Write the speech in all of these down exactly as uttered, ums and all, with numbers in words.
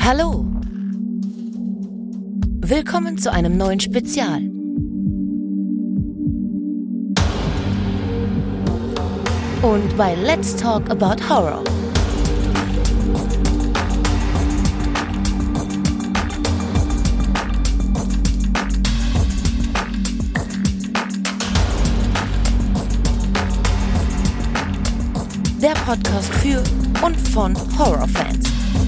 Hallo. Willkommen zu einem neuen Spezial. Und bei Let's Talk About Horror. Der Podcast für und von Horrorfans.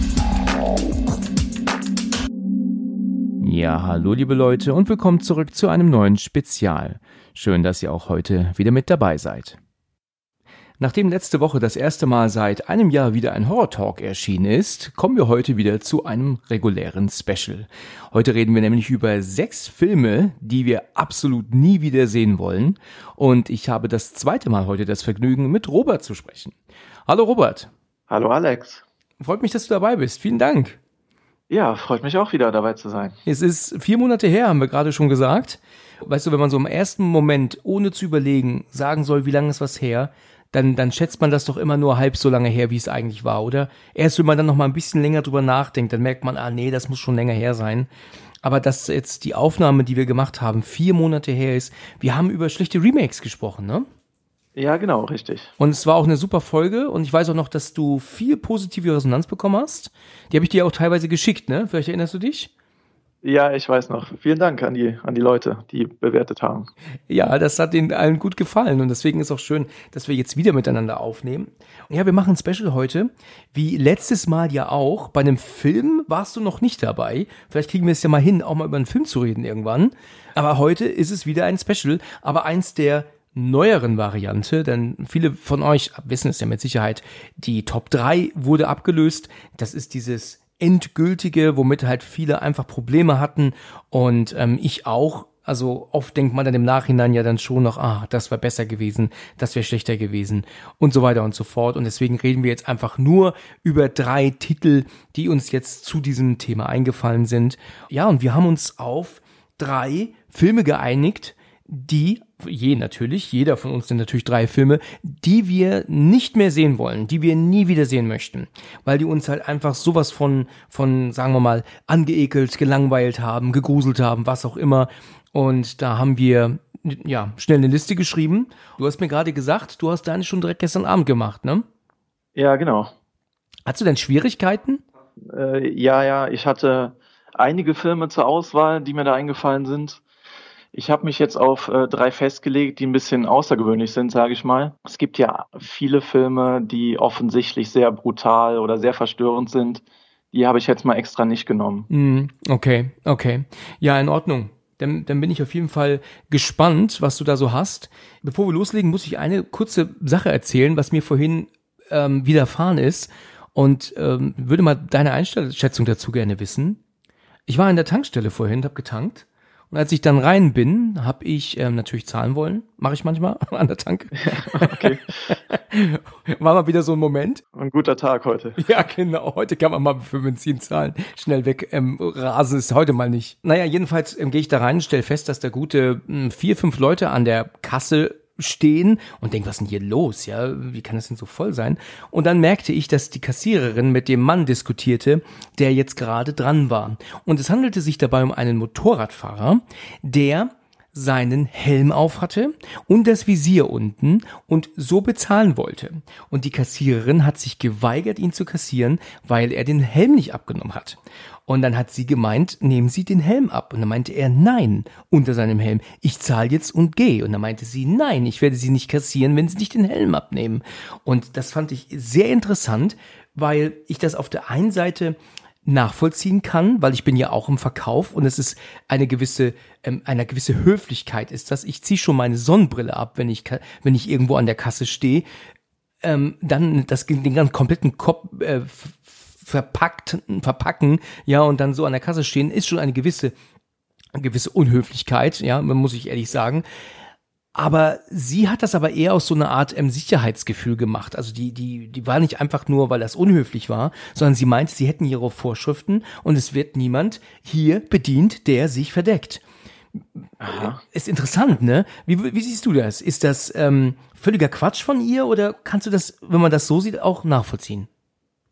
Ja, hallo liebe Leute und willkommen zurück zu einem neuen Spezial. Schön, dass ihr auch heute wieder mit dabei seid. Nachdem letzte Woche das erste Mal seit einem Jahr wieder ein Horror-Talk erschienen ist, kommen wir heute wieder zu einem regulären Special. Heute reden wir nämlich über sechs Filme, die wir absolut nie wieder sehen wollen. Und ich habe das zweite Mal heute das Vergnügen, mit Robert zu sprechen. Hallo Robert. Hallo Alex. Freut mich, dass du dabei bist. Vielen Dank. Ja, freut mich auch wieder dabei zu sein. Es ist vier Monate her, haben wir gerade schon gesagt. Weißt du, wenn man so im ersten Moment, ohne zu überlegen, sagen soll, wie lange ist was her, dann, dann schätzt man das doch immer nur halb so lange her, wie es eigentlich war, oder? Erst wenn man dann noch mal ein bisschen länger drüber nachdenkt, dann merkt man, ah nee, das muss schon länger her sein. Aber dass jetzt die Aufnahme, die wir gemacht haben, vier Monate her ist, wir haben über schlechte Remakes gesprochen, ne? Ja, genau, richtig. Und es war auch eine super Folge und ich weiß auch noch, dass du viel positive Resonanz bekommen hast. Die habe ich dir auch teilweise geschickt, ne? Vielleicht erinnerst du dich? Ja, ich weiß noch. Vielen Dank an die, an die Leute, die bewertet haben. Ja, das hat ihnen allen gut gefallen und deswegen ist auch schön, dass wir jetzt wieder miteinander aufnehmen. Ja, wir machen ein Special heute, wie letztes Mal ja auch. Bei einem Film warst du noch nicht dabei. Vielleicht kriegen wir es ja mal hin, auch mal über einen Film zu reden irgendwann. Aber heute ist es wieder ein Special, aber eins der neueren Variante, denn viele von euch wissen es ja mit Sicherheit, die Top drei wurde abgelöst. Das ist dieses endgültige, womit halt viele einfach Probleme hatten und ähm, ich auch. Also oft denkt man dann im Nachhinein ja dann schon noch, ah, das wäre besser gewesen, das wäre schlechter gewesen und so weiter und so fort. Und deswegen reden wir jetzt einfach nur über drei Titel, die uns jetzt zu diesem Thema eingefallen sind. Ja, und wir haben uns auf drei Filme geeinigt, die, je natürlich, jeder von uns sind natürlich drei Filme, die wir nicht mehr sehen wollen, die wir nie wieder sehen möchten, weil die uns halt einfach sowas von, von, sagen wir mal, angeekelt, gelangweilt haben, gegruselt haben, was auch immer. Und da haben wir, ja, schnell eine Liste geschrieben. Du hast mir gerade gesagt, du hast deine schon direkt gestern Abend gemacht, ne? Ja, genau. Hast du denn Schwierigkeiten? Äh, ja, ja, ich hatte einige Filme zur Auswahl, die mir da eingefallen sind. Ich habe mich jetzt auf äh, drei festgelegt, die ein bisschen außergewöhnlich sind, sage ich mal. Es gibt ja viele Filme, die offensichtlich sehr brutal oder sehr verstörend sind. Die habe ich jetzt mal extra nicht genommen. Mm, okay, okay. Ja, in Ordnung. Dann, dann bin ich auf jeden Fall gespannt, was du da so hast. Bevor wir loslegen, muss ich eine kurze Sache erzählen, was mir vorhin ähm, widerfahren ist. Und ähm, würde mal deine Einschätzung dazu gerne wissen. Ich war an der Tankstelle vorhin und habe getankt. Und als ich dann rein bin, habe ich ähm, natürlich zahlen wollen. Mache ich manchmal an der Tanke. Ja, okay. War mal wieder so ein Moment. Ein guter Tag heute. Ja, genau. Heute kann man mal für Benzin zahlen. Schnell weg. Ähm, rasen ist heute mal nicht. Naja, jedenfalls ähm, gehe ich da rein und stelle fest, dass da gute mh, vier, fünf Leute an der Kasse stehen und denk, was ist denn hier los? Ja, wie kann das denn so voll sein? Und dann merkte ich, dass die Kassiererin mit dem Mann diskutierte, der jetzt gerade dran war. Und es handelte sich dabei um einen Motorradfahrer, der seinen Helm auf hatte und das Visier unten und so bezahlen wollte. Und die Kassiererin hat sich geweigert, ihn zu kassieren, weil er den Helm nicht abgenommen hat. Und dann hat sie gemeint, nehmen Sie den Helm ab. Und dann meinte er, nein, unter seinem Helm. Ich zahle jetzt und gehe. Und dann meinte sie, nein, ich werde Sie nicht kassieren, wenn Sie nicht den Helm abnehmen. Und das fand ich sehr interessant, weil ich das auf der einen Seite nachvollziehen kann, weil ich bin ja auch im Verkauf und es ist eine gewisse, ähm, eine gewisse Höflichkeit ist das. Ich ziehe schon meine Sonnenbrille ab, wenn ich, wenn ich irgendwo an der Kasse stehe. Ähm, dann das den ganzen kompletten Kopf äh, verpackt, verpacken, ja, und dann so an der Kasse stehen, ist schon eine gewisse, eine gewisse Unhöflichkeit, ja, muss ich ehrlich sagen. Aber sie hat das aber eher aus so einer Art ähm, Sicherheitsgefühl gemacht. Also die, die, die war nicht einfach nur, weil das unhöflich war, sondern sie meinte, sie hätten ihre Vorschriften und es wird niemand hier bedient, der sich verdeckt. Aha. Ist interessant, ne? Wie, wie siehst du das? Ist das ähm, völliger Quatsch von ihr oder kannst du das, wenn man das so sieht, auch nachvollziehen?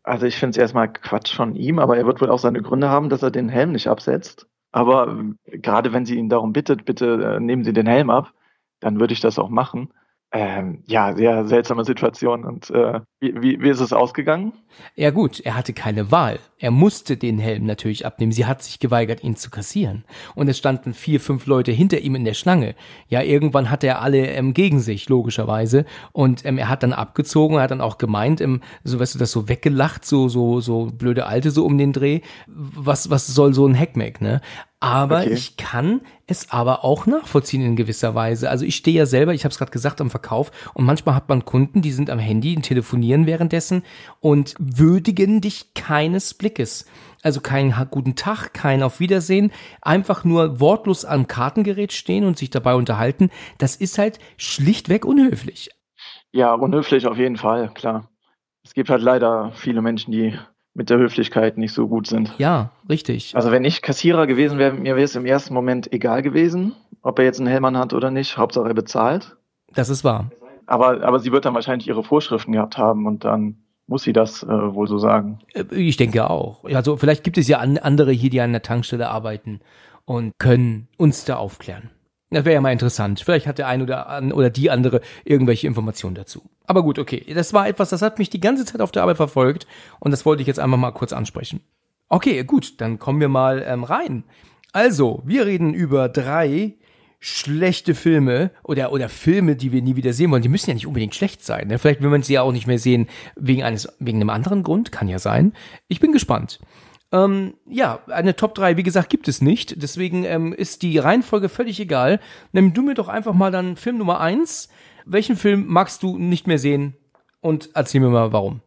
Also ich finde es erstmal Quatsch von ihm, aber er wird wohl auch seine Gründe haben, dass er den Helm nicht absetzt. Aber äh, gerade wenn sie ihn darum bittet, bitte äh, nehmen Sie den Helm ab, dann würde ich das auch machen. Ähm, ja, sehr seltsame Situation. Und äh, wie, wie, wie ist es ausgegangen? Ja gut, er hatte keine Wahl. Er musste den Helm natürlich abnehmen. Sie hat sich geweigert, ihn zu kassieren. Und es standen vier, fünf Leute hinter ihm in der Schlange. Ja, irgendwann hatte er alle ähm, gegen sich, logischerweise. Und ähm, er hat dann abgezogen, er hat dann auch gemeint, ähm, so weißt du, das so weggelacht, so so so blöde Alte so um den Dreh. Was was soll so ein Heckmeck, ne? Aber Okay. ich kann es aber auch nachvollziehen in gewisser Weise. Also ich stehe ja selber, ich habe es gerade gesagt, am Verkauf und manchmal hat man Kunden, die sind am Handy und telefonieren währenddessen und würdigen dich keines Blickes. Also keinen ha- guten Tag, kein Auf Wiedersehen, einfach nur wortlos am Kartengerät stehen und sich dabei unterhalten. Das ist halt schlichtweg unhöflich. Ja, unhöflich auf jeden Fall, klar. Es gibt halt leider viele Menschen, die mit der Höflichkeit nicht so gut sind. Ja, richtig. Also wenn ich Kassierer gewesen wäre, mir wäre es im ersten Moment egal gewesen, ob er jetzt einen Helm hat oder nicht. Hauptsache er bezahlt. Das ist wahr. Aber, aber sie wird dann wahrscheinlich ihre Vorschriften gehabt haben und dann muss sie das äh, wohl so sagen. Äh, Ich denke auch. Also vielleicht gibt es ja an, andere hier, die an der Tankstelle arbeiten und können uns da aufklären. Das wäre ja mal interessant. Vielleicht hat der ein oder an, oder die andere irgendwelche Informationen dazu. Aber gut, okay. Das war etwas, das hat mich die ganze Zeit auf der Arbeit verfolgt und das wollte ich jetzt einfach mal kurz ansprechen. Okay, gut, dann kommen wir mal ähm, rein. Also, wir reden über drei schlechte Filme oder oder Filme, die wir nie wieder sehen wollen. Die müssen ja nicht unbedingt schlecht sein. Ne? Vielleicht will man sie ja auch nicht mehr sehen wegen eines wegen einem anderen Grund, kann ja sein. Ich bin gespannt. Ähm, ja, eine Top drei, wie gesagt, gibt es nicht. Deswegen ähm, ist die Reihenfolge völlig egal. Nimm du mir doch einfach mal dann Film Nummer eins. Welchen Film magst du nicht mehr sehen? Und erzähl mir mal, warum.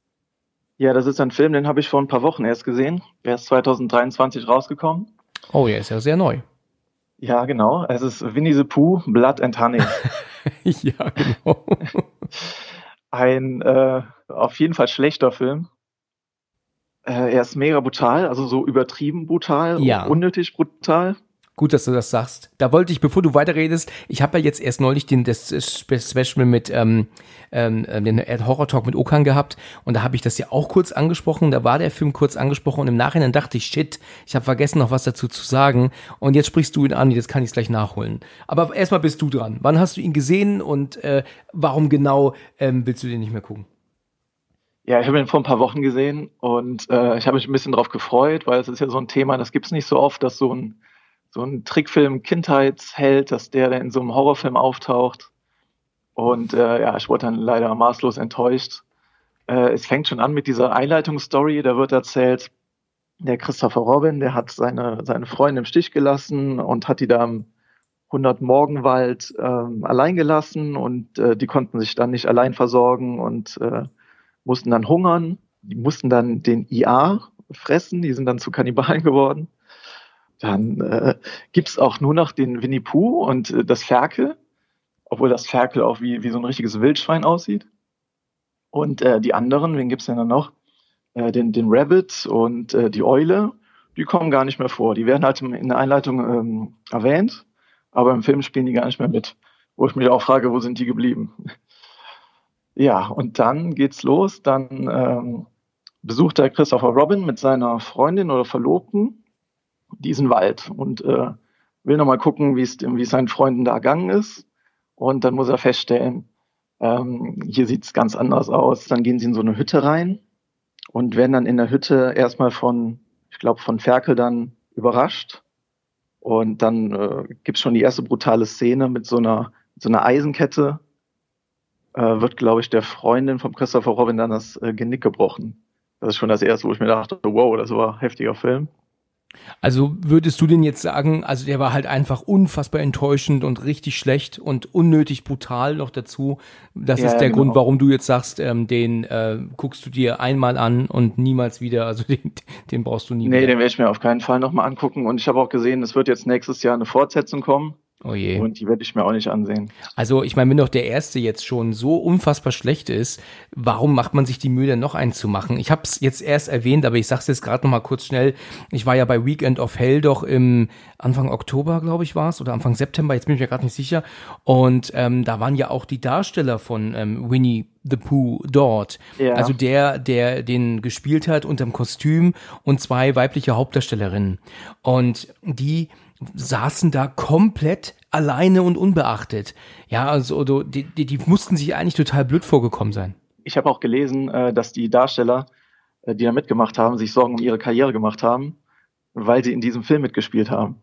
Ja, das ist ein Film, den habe ich vor ein paar Wochen erst gesehen. Der ist zwanzig dreiundzwanzig rausgekommen. Oh, ja, ist ja sehr neu. Ja, genau. Es ist Winnie the Pooh, Blood and Honey. Ja, genau. Ein äh, auf jeden Fall schlechter Film. Äh, er ist mega brutal, also so übertrieben brutal, Ja. unnötig brutal. Gut, dass du das sagst. Da wollte ich, bevor du weiterredest, ich habe ja jetzt erst neulich den das Special mit ähm, ähm, den Horror Talk mit Okan gehabt und da habe ich das ja auch kurz angesprochen. Da war der Film kurz angesprochen und im Nachhinein dachte ich, shit, ich habe vergessen noch was dazu zu sagen und jetzt sprichst du ihn an, jetzt kann ich es gleich nachholen. Aber erstmal bist du dran. Wann hast du ihn gesehen und äh, warum genau ähm, willst du den nicht mehr gucken? Ja, ich habe ihn vor ein paar Wochen gesehen und äh, ich habe mich ein bisschen drauf gefreut, weil es ist ja so ein Thema, das gibt's nicht so oft, dass so ein so ein Trickfilm Kindheitsheld, dass der dann in so einem Horrorfilm auftaucht. Und äh, ja, ich wurde dann leider maßlos enttäuscht. Äh, es fängt schon an mit dieser Einleitungsstory, da wird erzählt, der Christopher Robin, der hat seine, seine Freundin im Stich gelassen und hat die da im hundert-Morgenwald ähm, allein gelassen und äh, die konnten sich dann nicht allein versorgen und äh, mussten dann hungern. Die mussten dann den I A fressen, die sind dann zu Kannibalen geworden. Dann äh, gibt's auch nur noch den Winnie Pooh und äh, das Ferkel, obwohl das Ferkel auch wie, wie so ein richtiges Wildschwein aussieht. Und äh, die anderen, wen gibt's denn da noch? Äh, den, den Rabbit und äh, die Eule, die kommen gar nicht mehr vor. Die werden halt in der Einleitung ähm, erwähnt, aber im Film spielen die gar nicht mehr mit. Wo ich mich auch frage, wo sind die geblieben? Ja, und dann geht's los. Dann ähm, besucht der Christopher Robin mit seiner Freundin oder Verlobten diesen Wald und äh, will nochmal gucken, wie es wie es seinen Freunden da ergangen ist. Und dann muss er feststellen, ähm, hier sieht's ganz anders aus. Dann gehen sie in so eine Hütte rein und werden dann in der Hütte erstmal von, ich glaube, von Ferkel dann überrascht. Und dann äh, gibt's schon die erste brutale Szene mit so einer, mit so einer Eisenkette. Äh, wird, glaube ich, der Freundin von Christopher Robin dann das äh, Genick gebrochen. Das ist schon das erste, wo ich mir dachte, wow, das war ein heftiger Film. Also würdest du denn jetzt sagen, also der war halt einfach unfassbar enttäuschend und richtig schlecht und unnötig brutal noch dazu. Das Ja, ist ja, der genau. Grund, warum du jetzt sagst, ähm, den äh, guckst du dir einmal an und niemals wieder, also den, den brauchst du nie Nee, wieder. den werde ich mir auf keinen Fall nochmal angucken. Und ich habe auch gesehen, es wird jetzt nächstes Jahr eine Fortsetzung kommen. Oh je. Und die werde ich mir auch nicht ansehen. Also ich meine, wenn doch der erste jetzt schon so unfassbar schlecht ist, warum macht man sich die Mühe, dann noch einen zu machen? Ich habe es jetzt erst erwähnt, aber ich sag's jetzt gerade noch mal kurz schnell. Ich war ja bei Weekend of Hell doch im Anfang Oktober, glaube ich, war es, oder Anfang September, jetzt bin ich mir gerade nicht sicher. Und ähm, da waren ja auch die Darsteller von ähm, Winnie the Pooh dort. Ja. Also der, der den gespielt hat unterm Kostüm und zwei weibliche Hauptdarstellerinnen. Und die saßen da komplett alleine und unbeachtet. Ja, also die, die, die mussten sich eigentlich total blöd vorgekommen sein. Ich habe auch gelesen, äh, dass die Darsteller, äh, die da mitgemacht haben, sich Sorgen um ihre Karriere gemacht haben, weil sie in diesem Film mitgespielt haben.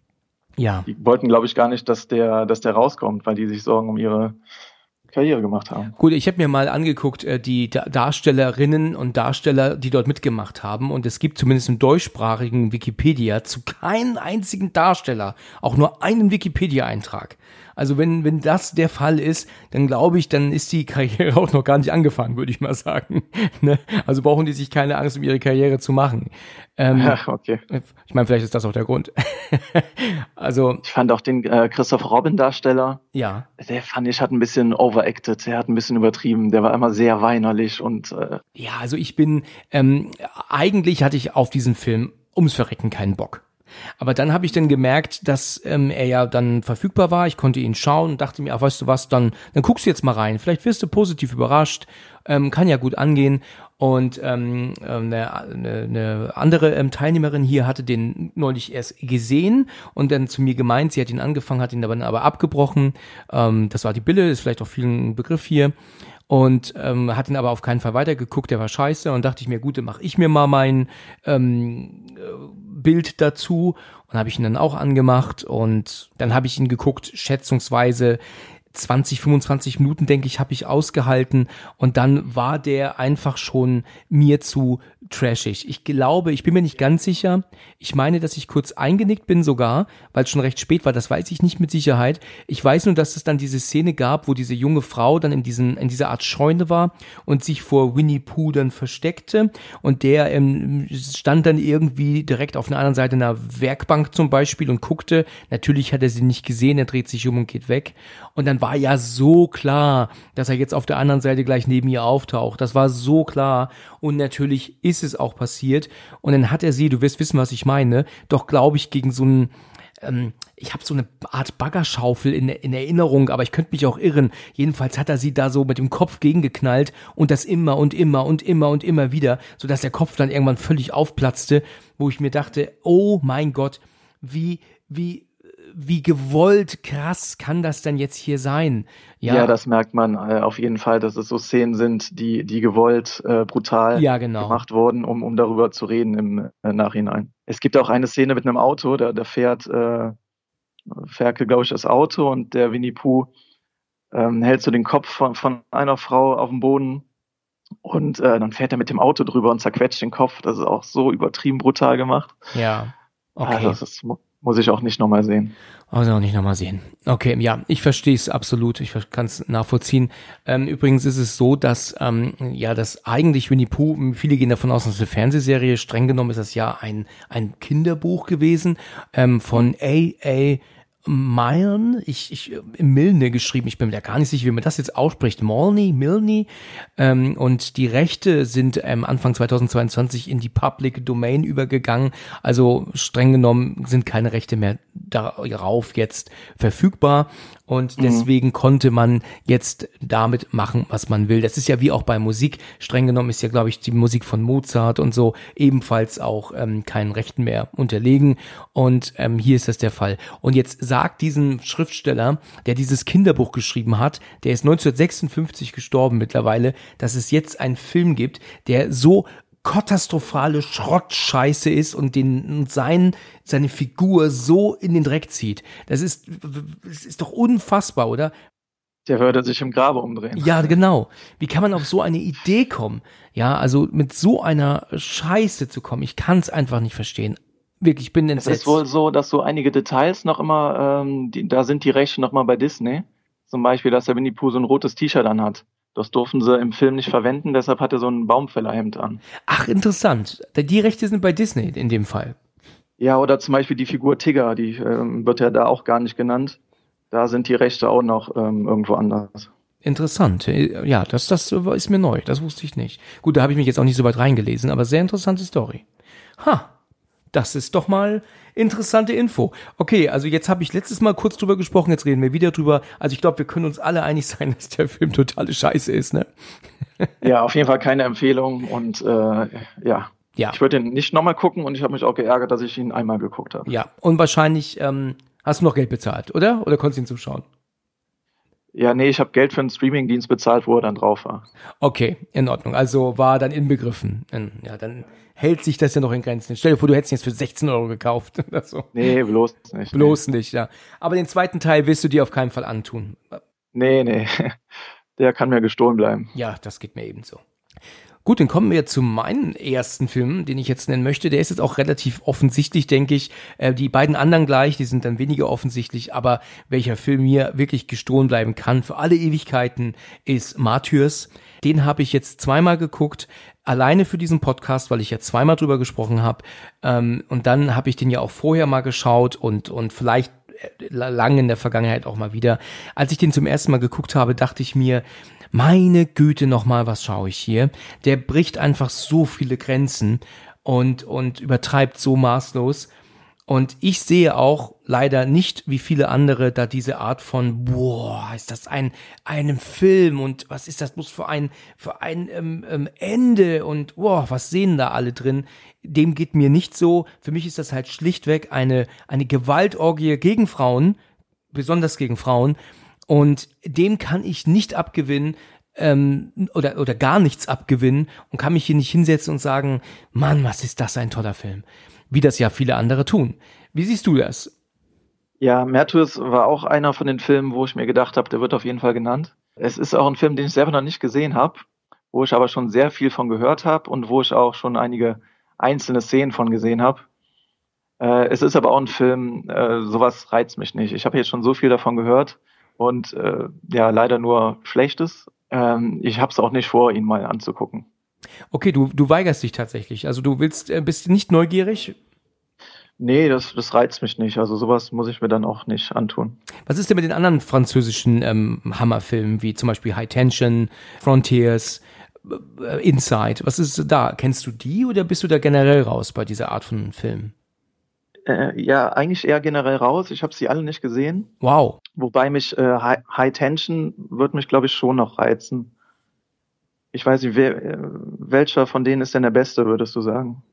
Ja. Die wollten, glaube ich, gar nicht, dass der, dass der rauskommt, weil die sich Sorgen um ihre Karriere gemacht haben. Gut, ich habe mir mal angeguckt, äh, die Da- Darstellerinnen und Darsteller, die dort mitgemacht haben, und es gibt zumindest im deutschsprachigen Wikipedia zu keinem einzigen Darsteller auch nur einen Wikipedia-Eintrag. Also wenn wenn das der Fall ist, dann glaube ich, dann ist die Karriere auch noch gar nicht angefangen, würde ich mal sagen. Ne? Also brauchen die sich keine Angst, um ihre Karriere zu machen. Ähm, Ja, okay. Ich meine, vielleicht ist das auch der Grund. Also Ich fand auch den äh, Christoph Robin-Darsteller, ja. der fand ich, hat ein bisschen overacted, der hat ein bisschen übertrieben, der war immer sehr weinerlich und äh, Ja, also ich bin, ähm, eigentlich hatte ich auf diesen Film ums Verrecken keinen Bock. Aber dann habe ich dann gemerkt, dass ähm, er ja dann verfügbar war. Ich konnte ihn schauen und dachte mir, ach, weißt du was, dann, dann guckst du jetzt mal rein. Vielleicht wirst du positiv überrascht. Ähm, kann ja gut angehen. Und ähm, eine, eine, eine andere ähm, Teilnehmerin hier hatte den neulich erst gesehen und dann zu mir gemeint, sie hat ihn angefangen, hat ihn aber, aber abgebrochen. Ähm, das war die Bille, ist vielleicht auch vielen Begriff hier. Und ähm, hat ihn aber auf keinen Fall weitergeguckt, der war scheiße. Und dachte ich mir, gut, dann mache ich mir mal mein ähm, Bild dazu. Und habe ich ihn dann auch angemacht. Und dann habe ich ihn geguckt, schätzungsweise zwanzig, fünfundzwanzig Minuten, denke ich, habe ich ausgehalten. Und dann war der einfach schon mir zu trashig. Ich glaube, ich bin mir nicht ganz sicher. Ich meine, dass ich kurz eingenickt bin sogar, weil es schon recht spät war. Das weiß ich nicht mit Sicherheit. Ich weiß nur, dass es dann diese Szene gab, wo diese junge Frau dann in diesen, in dieser Art Scheune war und sich vor Winnie Pooh dann versteckte. Und der ähm, stand dann irgendwie direkt auf einer anderen Seite einer Werkbank zum Beispiel und guckte. Natürlich hat er sie nicht gesehen. Er dreht sich um und geht weg. Und dann war ja so klar, dass er jetzt auf der anderen Seite gleich neben ihr auftaucht. Das war so klar. Und natürlich ist es auch passiert. Und dann hat er sie, du wirst wissen, was ich meine, doch, glaube ich, gegen so einen, ähm, ich habe so eine Art Baggerschaufel in, in Erinnerung, aber ich könnte mich auch irren. Jedenfalls hat er sie da so mit dem Kopf gegengeknallt und das immer und immer und immer und immer wieder, sodass der Kopf dann irgendwann völlig aufplatzte, wo ich mir dachte, oh mein Gott, wie, wie, wie gewollt krass kann das denn jetzt hier sein? ja, ja das merkt man äh, auf jeden Fall, dass es so Szenen sind, die, die gewollt äh, brutal ja, genau. gemacht wurden, um, um darüber zu reden im äh, Nachhinein. Es gibt auch eine Szene mit einem Auto, da, da fährt äh, Ferkel, glaube ich, das Auto und der Winnie Pooh ähm, hält so den Kopf von, von einer Frau auf dem Boden und äh, dann fährt er mit dem Auto drüber und zerquetscht den Kopf. Das ist auch so übertrieben brutal gemacht. Ja, okay. Also das ist, muss ich auch nicht nochmal sehen. Also auch nicht nochmal sehen. Okay, ja, ich verstehe es absolut, ich kann es nachvollziehen. Ähm, übrigens ist es so, dass ähm, ja, das eigentlich Winnie Pooh, viele gehen davon aus, dass es eine Fernsehserie, streng genommen ist das ja ein ein Kinderbuch gewesen ähm, von A A Milne, ich, ich, Milne geschrieben, ich bin mir da gar nicht sicher, wie man das jetzt ausspricht, Milne, Milne, ähm, und die Rechte sind ähm, Anfang zweitausendzweiundzwanzig in die Public Domain übergegangen, also streng genommen sind keine Rechte mehr darauf jetzt verfügbar und deswegen mhm. konnte man jetzt damit machen, was man will. Das ist ja wie auch bei Musik, streng genommen ist ja, glaube ich, die Musik von Mozart und so ebenfalls auch ähm, keinen Rechten mehr unterlegen und ähm, hier ist das der Fall. Und jetzt sagt diesen Schriftsteller, der dieses Kinderbuch geschrieben hat, der ist neunzehnhundertsechsundfünfzig gestorben mittlerweile, dass es jetzt einen Film gibt, der so katastrophale Schrottscheiße ist und den sein, seine Figur so in den Dreck zieht. Das ist, das ist doch unfassbar, oder? Der würde sich im Grabe umdrehen. Ja, genau. Wie kann man auf so eine Idee kommen? Ja, also mit so einer Scheiße zu kommen, ich kann es einfach nicht verstehen. Wirklich, ich bin entsetzt. Es ist wohl so, dass so einige Details noch immer, ähm, die, da sind die Rechte noch mal bei Disney. Zum Beispiel, dass der Winnie Pooh so ein rotes T-Shirt anhat. Das durften sie im Film nicht verwenden, deshalb hat er so ein Baumfällerhemd an. Ach, interessant. Die Rechte sind bei Disney in dem Fall. Ja, oder zum Beispiel die Figur Tigger, die ähm, wird ja da auch gar nicht genannt. Da sind die Rechte auch noch ähm, irgendwo anders. Interessant. Ja, das, das ist mir neu. Das wusste ich nicht. Gut, da habe ich mich jetzt auch nicht so weit reingelesen, aber sehr interessante Story. Ha, das ist doch mal interessante Info. Okay, also jetzt habe ich letztes Mal kurz drüber gesprochen, jetzt reden wir wieder drüber. Also ich glaube, wir können uns alle einig sein, dass der Film totale Scheiße ist, ne? Ja, auf jeden Fall keine Empfehlung und äh, ja. Ja. Ich würde ihn nicht nochmal gucken und ich habe mich auch geärgert, dass ich ihn einmal geguckt habe. Ja, und wahrscheinlich ähm, hast du noch Geld bezahlt, oder? Oder konntest du ihn zuschauen? Ja, nee, ich habe Geld für einen Streamingdienst bezahlt, wo er dann drauf war. Okay, in Ordnung. Also war dann inbegriffen. Ja, dann hält sich das ja noch in Grenzen. Stell dir vor, du hättest ihn jetzt für sechzehn Euro gekauft. Oder so. Nee, bloß nicht. Bloß nee. nicht, ja. Aber den zweiten Teil wirst du dir auf keinen Fall antun. Nee, nee. Der kann mir gestohlen bleiben. Ja, das geht mir ebenso. Gut, dann kommen wir zu meinem ersten Film, den ich jetzt nennen möchte. Der ist jetzt auch relativ offensichtlich, denke ich. Äh, die beiden anderen gleich, die sind dann weniger offensichtlich. Aber welcher Film mir wirklich gestohlen bleiben kann für alle Ewigkeiten, ist Martyrs. Den habe ich jetzt zweimal geguckt, alleine für diesen Podcast, weil ich ja zweimal drüber gesprochen habe. Ähm, und dann habe ich den ja auch vorher mal geschaut und und vielleicht lange in der Vergangenheit auch mal wieder. Als ich den zum ersten Mal geguckt habe, dachte ich mir, meine Güte, nochmal, was schaue ich hier? Der bricht einfach so viele Grenzen und, und übertreibt so maßlos. Und ich sehe auch leider nicht, wie viele andere, da diese Art von, boah, ist das ein, einem Film und was ist das bloß für ein, für ein ähm, ähm, Ende und boah, was sehen da alle drin? Dem geht mir nicht so. Für mich ist das halt schlichtweg eine, eine Gewaltorgie gegen Frauen, besonders gegen Frauen. Und dem kann ich nicht abgewinnen, ähm, oder, oder gar nichts abgewinnen und kann mich hier nicht hinsetzen und sagen, Mann, was ist das ein toller Film. Wie das ja viele andere tun. Wie siehst du das? Ja, Martyrs war auch einer von den Filmen, wo ich mir gedacht habe, der wird auf jeden Fall genannt. Es ist auch ein Film, den ich selber noch nicht gesehen habe, wo ich aber schon sehr viel von gehört habe und wo ich auch schon einige einzelne Szenen von gesehen habe. Äh, es ist aber auch ein Film, äh, sowas reizt mich nicht. Ich habe jetzt schon so viel davon gehört und äh, ja, leider nur Schlechtes. Ähm, ich habe es auch nicht vor, ihn mal anzugucken. Okay, du, du weigerst dich tatsächlich. Also du willst, äh, bist nicht neugierig? Nee, das, das reizt mich nicht. Also sowas muss ich mir dann auch nicht antun. Was ist denn mit den anderen französischen ähm, Hammerfilmen, wie zum Beispiel High Tension, Frontiers, äh, Inside? Was ist da? Kennst du die oder bist du da generell raus bei dieser Art von Film? Äh, ja, eigentlich eher generell raus. Ich habe sie alle nicht gesehen. Wow. Wobei mich äh, High, High Tension wird mich, glaube ich, schon noch reizen. Ich weiß nicht, wer, äh, welcher von denen ist denn der beste, würdest du sagen?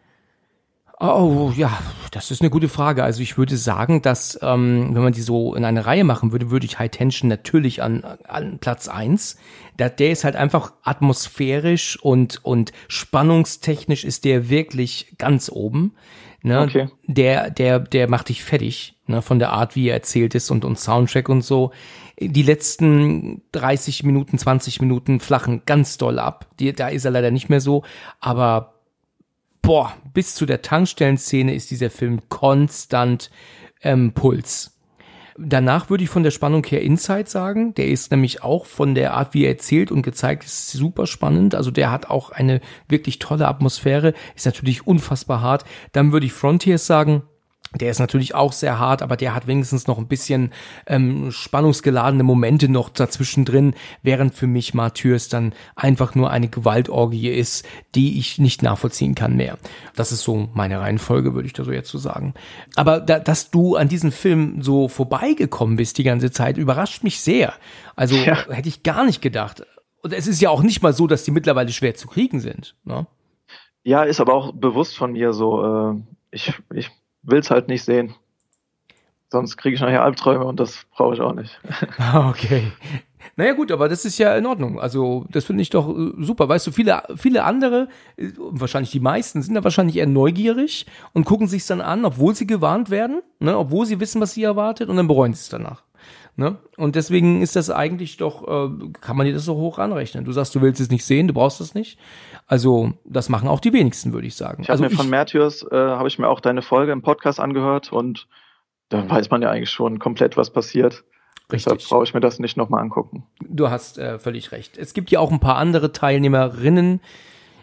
Oh, ja, das ist eine gute Frage. Also ich würde sagen, dass, ähm, wenn man die so in eine Reihe machen würde, würde ich High Tension natürlich an, an Platz eins. Der, der ist halt einfach atmosphärisch und, und spannungstechnisch ist der wirklich ganz oben. Ne? Okay. Der, der, der macht dich fertig, ne? Von der Art, wie er erzählt ist und, und Soundtrack und so. Die letzten dreißig Minuten, zwanzig Minuten flachen ganz doll ab. Die, da ist er leider nicht mehr so, aber boah, bis zu der Tankstellenszene ist dieser Film konstant ähm, Puls. Danach würde ich von der Spannung her Inside sagen. Der ist nämlich auch von der Art, wie er erzählt und gezeigt ist, super spannend. Also der hat auch eine wirklich tolle Atmosphäre, ist natürlich unfassbar hart. Dann würde ich Frontiers sagen. Der ist natürlich auch sehr hart, aber der hat wenigstens noch ein bisschen ähm, spannungsgeladene Momente noch dazwischen drin, während für mich Martyrs dann einfach nur eine Gewaltorgie ist, die ich nicht nachvollziehen kann mehr. Das ist so meine Reihenfolge, würde ich da so jetzt so sagen. Aber da, dass du an diesem Film so vorbeigekommen bist die ganze Zeit, überrascht mich sehr. Also ja. Hätte ich gar nicht gedacht. Und es ist ja auch nicht mal so, dass die mittlerweile schwer zu kriegen sind. Ne? Ja, ist aber auch bewusst von mir so, äh, ich, ich will's halt nicht sehen. Sonst kriege ich nachher Albträume und das brauche ich auch nicht. Okay. Naja gut, aber das ist ja in Ordnung. Also das finde ich doch äh, super. Weißt du, viele viele andere, äh, wahrscheinlich die meisten, sind da wahrscheinlich eher neugierig und gucken sich's dann an, obwohl sie gewarnt werden, ne, obwohl sie wissen, was sie erwartet und dann bereuen sie es danach. Ne? Und deswegen ist das eigentlich doch, äh, kann man dir das so hoch anrechnen. Du sagst, du willst es nicht sehen, du brauchst es nicht. Also das machen auch die wenigsten, würde ich sagen. Ich habe also mir von Martyrs, äh, habe ich mir auch deine Folge im Podcast angehört und da weiß man ja eigentlich schon komplett, was passiert. Richtig. Deshalb brauche ich mir das nicht nochmal angucken. Du hast äh, völlig recht. Es gibt ja auch ein paar andere Teilnehmerinnen,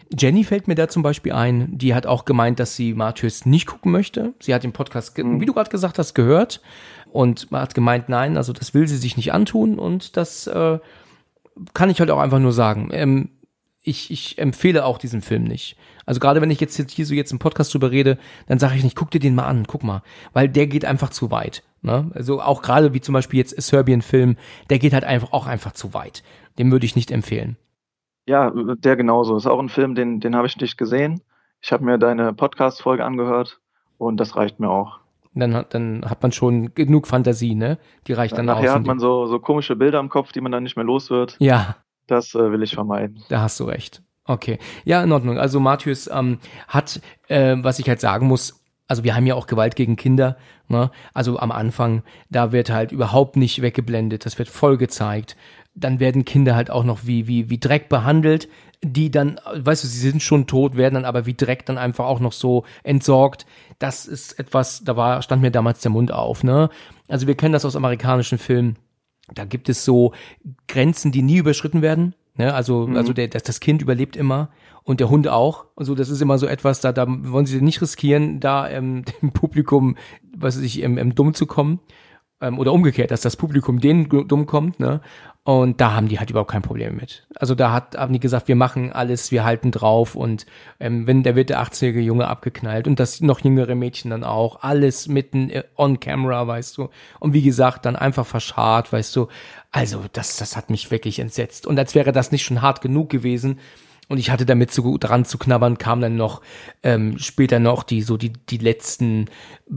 Jenny fällt mir da zum Beispiel ein, die hat auch gemeint, dass sie Martyrs nicht gucken möchte. Sie hat den Podcast, ge- Mhm. wie du gerade gesagt hast, gehört und hat gemeint, nein, also das will sie sich nicht antun und das äh, kann ich halt auch einfach nur sagen. Ähm, ich, ich empfehle auch diesen Film nicht. Also gerade wenn ich jetzt hier so jetzt im Podcast drüber rede, dann sage ich nicht, guck dir den mal an, guck mal, weil der geht einfach zu weit. Ne? Also auch gerade wie zum Beispiel jetzt Serbian-Film, der geht halt einfach auch einfach zu weit. Den würde ich nicht empfehlen. Ja, der genauso. Ist auch ein Film, den, den habe ich nicht gesehen. Ich habe mir deine Podcast-Folge angehört und das reicht mir auch. Dann hat, dann hat man schon genug Fantasie, ne? Die reicht dann Nachher aus. hat man so, so komische Bilder im Kopf, die man dann nicht mehr los wird. Ja, Das äh, will ich vermeiden. da hast du recht. Okay. Ja, in Ordnung. Also Matthäus ähm, hat, äh, was ich halt sagen muss, also wir haben ja auch Gewalt gegen Kinder, ne? Also am Anfang, da wird halt überhaupt nicht weggeblendet, das wird voll gezeigt. Dann werden Kinder halt auch noch wie, wie, wie Dreck behandelt, die dann, weißt du, sie sind schon tot, werden dann aber wie Dreck dann einfach auch noch so entsorgt. Das ist etwas, da war, stand mir damals der Mund auf, ne? Also wir kennen das aus amerikanischen Filmen. Da gibt es so Grenzen, die nie überschritten werden. Ne? Also, Mhm. also der, das, das Kind überlebt immer und der Hund auch. Also das ist immer so etwas, da, da wollen sie nicht riskieren, da ähm, dem Publikum, was weiß ich, ähm, ähm, dumm zu kommen. Ähm, oder umgekehrt, dass das Publikum denen gu- dumm kommt. Ne? Und da haben die halt überhaupt kein Problem mit. Also da hat, haben die gesagt, wir machen alles, wir halten drauf und ähm, wenn, da wird der achtzigjährige Junge abgeknallt und das noch jüngere Mädchen dann auch, alles mitten äh, on camera, weißt du. Und wie gesagt, dann einfach verscharrt, weißt du. Also das, das hat mich wirklich entsetzt. Und als wäre das nicht schon hart genug gewesen und ich hatte damit so dran zu knabbern, kam dann noch ähm, später noch die, so die, die letzten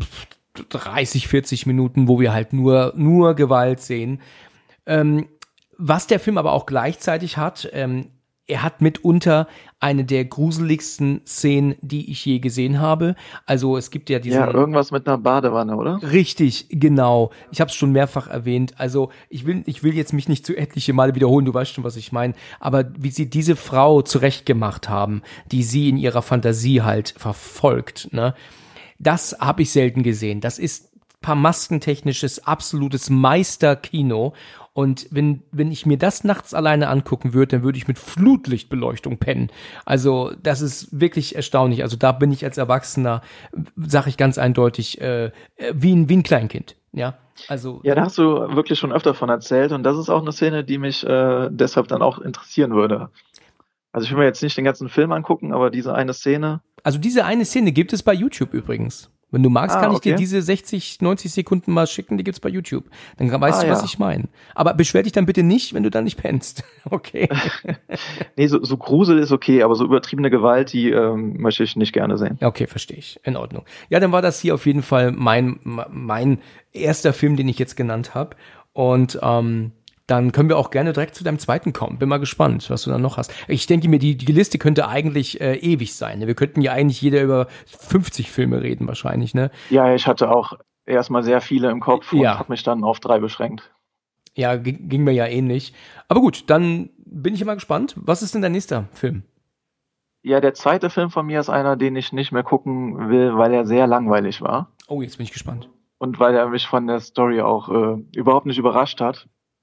dreißig, vierzig Minuten, wo wir halt nur, nur Gewalt sehen. Ähm, Was der Film aber auch gleichzeitig hat, ähm, er hat mitunter eine der gruseligsten Szenen, die ich je gesehen habe. Also es gibt ja diesen... Ja, irgendwas mit einer Badewanne, oder? Richtig, genau. Ich habe es schon mehrfach erwähnt. Also ich will, ich will jetzt mich nicht zu etliche Male wiederholen, du weißt schon, was ich meine. Aber wie sie diese Frau zurechtgemacht haben, die sie in ihrer Fantasie halt verfolgt, ne? Das habe ich selten gesehen. Das ist paar maskentechnisches, absolutes Meisterkino. Und wenn, wenn ich mir das nachts alleine angucken würde, dann würde ich mit Flutlichtbeleuchtung pennen. Also das ist wirklich erstaunlich. Also da bin ich als Erwachsener, sage ich ganz eindeutig, äh, wie ein, wie ein Kleinkind. Ja, also. Ja, da hast du wirklich schon öfter von erzählt und das ist auch eine Szene, die mich äh, deshalb dann auch interessieren würde. Also ich will mir jetzt nicht den ganzen Film angucken, aber diese eine Szene. Also diese eine Szene gibt es bei YouTube übrigens. Wenn du magst, Ah, kann ich okay. dir diese sechzig, neunzig Sekunden mal schicken, die gibt's bei YouTube. Dann weißt Ah, du, was ja. ich meine. Aber beschwer dich dann bitte nicht, wenn du dann nicht pennst. Okay. Nee, so, so Grusel ist okay, aber so übertriebene Gewalt, die ähm, möchte ich nicht gerne sehen. Ja, okay, verstehe ich. In Ordnung. Ja, dann war das hier auf jeden Fall mein, mein erster Film, den ich jetzt genannt habe. Und ähm, dann können wir auch gerne direkt zu deinem zweiten kommen. Bin mal gespannt, was du dann noch hast. Ich denke mir, die, die Liste könnte eigentlich äh, ewig sein. Ne? Wir könnten ja eigentlich jeder über fünfzig Filme reden wahrscheinlich, ne? Ja, ich hatte auch erstmal sehr viele im Kopf und Ja. habe mich dann auf drei beschränkt. Ja, ging, ging mir ja ähnlich. Aber gut, dann bin ich immer gespannt. Was ist denn dein nächster Film? Ja, der zweite Film von mir ist einer, den ich nicht mehr gucken will, weil er sehr langweilig war Oh, jetzt bin ich gespannt. und weil er mich von der Story auch äh, überhaupt nicht überrascht hat.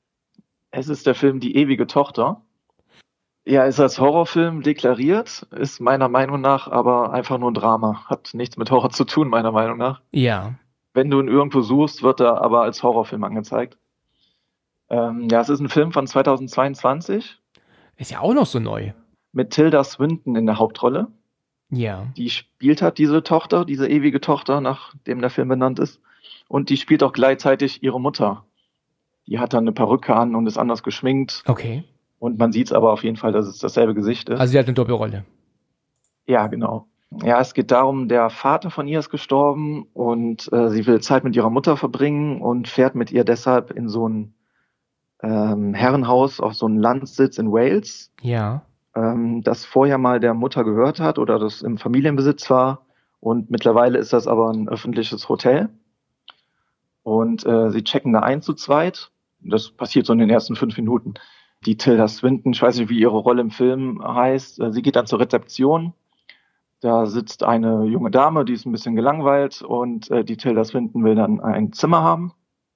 Es ist der Film Die ewige Tochter. Ja, ist als Horrorfilm deklariert, ist meiner Meinung nach aber einfach nur ein Drama. Hat nichts mit Horror zu tun, meiner Meinung nach. Ja. Wenn du ihn irgendwo suchst, wird er aber als Horrorfilm angezeigt. Ähm, ja, es ist ein Film von zweitausendzweiundzwanzig Ist ja auch noch so neu. mit Tilda Swinton in der Hauptrolle. Ja. Die spielt hat diese Tochter, diese ewige Tochter, nach dem der Film benannt ist. Und die spielt auch gleichzeitig ihre Mutter. Die hat dann eine Perücke an und ist anders geschminkt. Okay. Und man sieht es aber auf jeden Fall, dass es dasselbe Gesicht ist. Also sie hat eine Doppelrolle. Ja, genau. Ja, es geht darum, der Vater von ihr ist gestorben und äh, sie will Zeit mit ihrer Mutter verbringen und fährt mit ihr deshalb in so ein ähm, Herrenhaus auf so einen Landsitz in Wales, Ja. ähm, das vorher mal der Mutter gehört hat oder das im Familienbesitz war. Und mittlerweile ist das aber ein öffentliches Hotel. Und äh, sie checken da ein zu zweit. Das passiert so in den ersten fünf Minuten. Die Tilda Swinton, ich weiß nicht, wie ihre Rolle im Film heißt, äh, sie geht dann zur Rezeption. Da sitzt eine junge Dame, die ist ein bisschen gelangweilt und äh, die Tilda Swinton will dann ein Zimmer haben.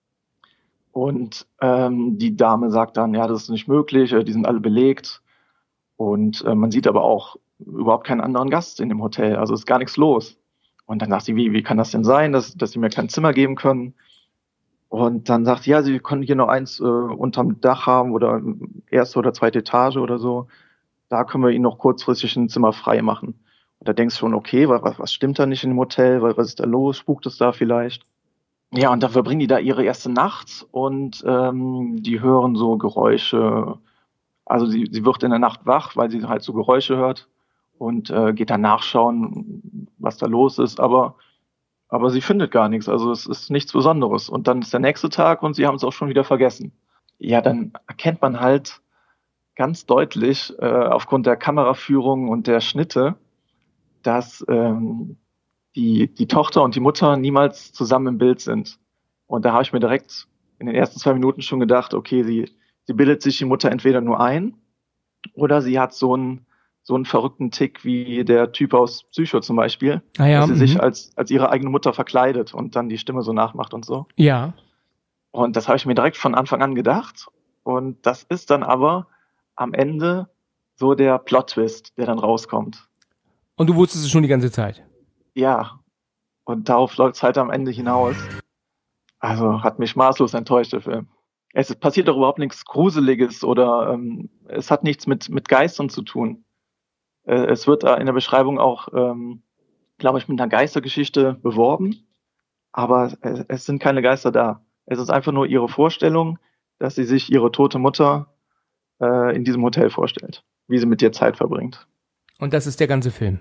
Und ähm, die Dame sagt dann, ja, das ist nicht möglich, äh, die sind alle belegt. Und äh, man sieht aber auch überhaupt keinen anderen Gast in dem Hotel, also ist gar nichts los. Und dann sagt sie, wie, wie kann das denn sein, dass, dass sie mir kein Zimmer geben können? Und dann sagt sie, ja, sie können hier noch eins äh, unterm Dach haben oder erste oder zweite Etage oder so. Da können wir ihnen noch kurzfristig ein Zimmer frei machen. Und da denkst du schon, okay, was, was stimmt da nicht in dem Hotel? Was ist da los? Spukt es da vielleicht? Ja, und dann verbringen die da ihre erste Nacht und ähm, die hören so Geräusche. Also sie, sie wird in der Nacht wach, weil sie halt so Geräusche hört und äh, geht dann nachschauen, was da los ist. Aber Aber sie findet gar nichts, also es ist nichts Besonderes. Und dann ist der nächste Tag und sie haben es auch schon wieder vergessen. Ja, dann erkennt man halt ganz deutlich äh, aufgrund der Kameraführung und der Schnitte, dass ähm, die, die Tochter und die Mutter niemals zusammen im Bild sind. Und da habe ich mir direkt in den ersten zwei Minuten schon gedacht, okay, sie, sie bildet sich die Mutter entweder nur ein oder sie hat so einen so einen verrückten Tick wie der Typ aus Psycho zum Beispiel, Ah ja, dass sie mhm. sich als, als ihre eigene Mutter verkleidet und dann die Stimme so nachmacht und so. Ja. Und das habe ich mir direkt von Anfang an gedacht. Und das ist dann aber am Ende so der Plot-Twist, der dann rauskommt. Und du wusstest es schon die ganze Zeit? Ja, und darauf läuft es halt am Ende hinaus. Also hat mich maßlos enttäuscht, der Film. Es passiert doch überhaupt nichts Gruseliges oder ähm, es hat nichts mit, mit Geistern zu tun. Äh, es wird in der Beschreibung auch, ähm, glaube ich, mit einer Geistergeschichte beworben, aber es, es sind keine Geister da. Es ist einfach nur ihre Vorstellung, dass sie sich ihre tote Mutter äh, in diesem Hotel vorstellt, wie sie mit ihr Zeit verbringt. Und das ist der ganze Film?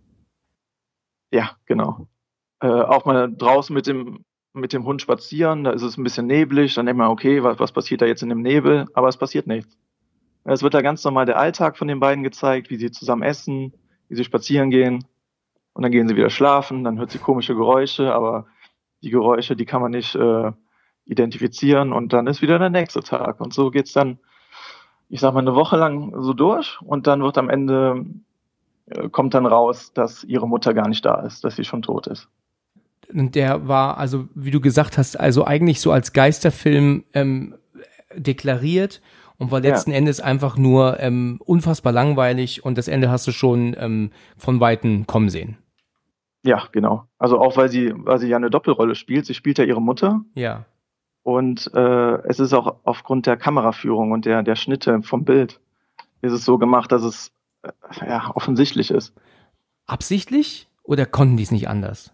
Ja, genau. Äh, auch mal draußen mit dem mit dem Hund spazieren, da ist es ein bisschen neblig, dann denkt man, okay, was, was passiert da jetzt in dem Nebel? Aber es passiert nichts. Es wird da ganz normal der Alltag von den beiden gezeigt, wie sie zusammen essen, wie sie spazieren gehen und dann gehen sie wieder schlafen, dann hört sie komische Geräusche, aber die Geräusche, die kann man nicht äh, identifizieren und dann ist wieder der nächste Tag und so geht's dann, ich sag mal, eine Woche lang so durch und dann wird am Ende, äh, kommt dann raus, dass ihre Mutter gar nicht da ist, dass sie schon tot ist. Und der war, also wie du gesagt hast, also eigentlich so als Geisterfilm ähm, deklariert und war letzten ja. Endes einfach nur ähm, unfassbar langweilig und das Ende hast du schon ähm, von Weitem kommen sehen. Ja, genau. Also auch weil sie, weil sie ja eine Doppelrolle spielt. Sie spielt ja ihre Mutter. Ja. Und äh, es ist auch aufgrund der Kameraführung und der, der Schnitte vom Bild ist es so gemacht, dass es äh, ja offensichtlich ist. Absichtlich oder konnten die es nicht anders?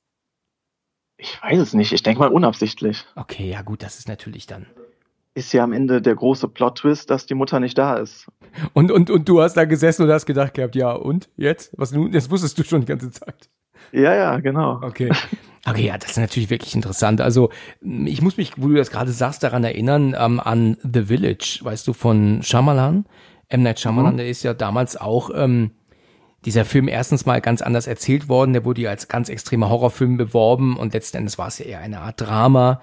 Ich weiß es nicht. Ich denke mal unabsichtlich. Okay, ja gut, das ist natürlich dann. Ist ja am Ende der große Plot-Twist, dass die Mutter nicht da ist. Und, und, und du hast da gesessen und hast gedacht gehabt, ja und? Jetzt? Was nun? Das wusstest du schon die ganze Zeit. Ja, ja, genau. Okay. Okay, ja, das ist natürlich wirklich interessant. Also ich muss mich, wo du das gerade sagst, daran erinnern, ähm, an The Village, weißt du, von Shyamalan. M. Night Shyamalan, mhm. Der ist ja damals auch ähm, dieser Film erstens mal ganz anders erzählt worden. Der wurde ja als ganz extremer Horrorfilm beworben und letzten Endes war es ja eher eine Art Drama.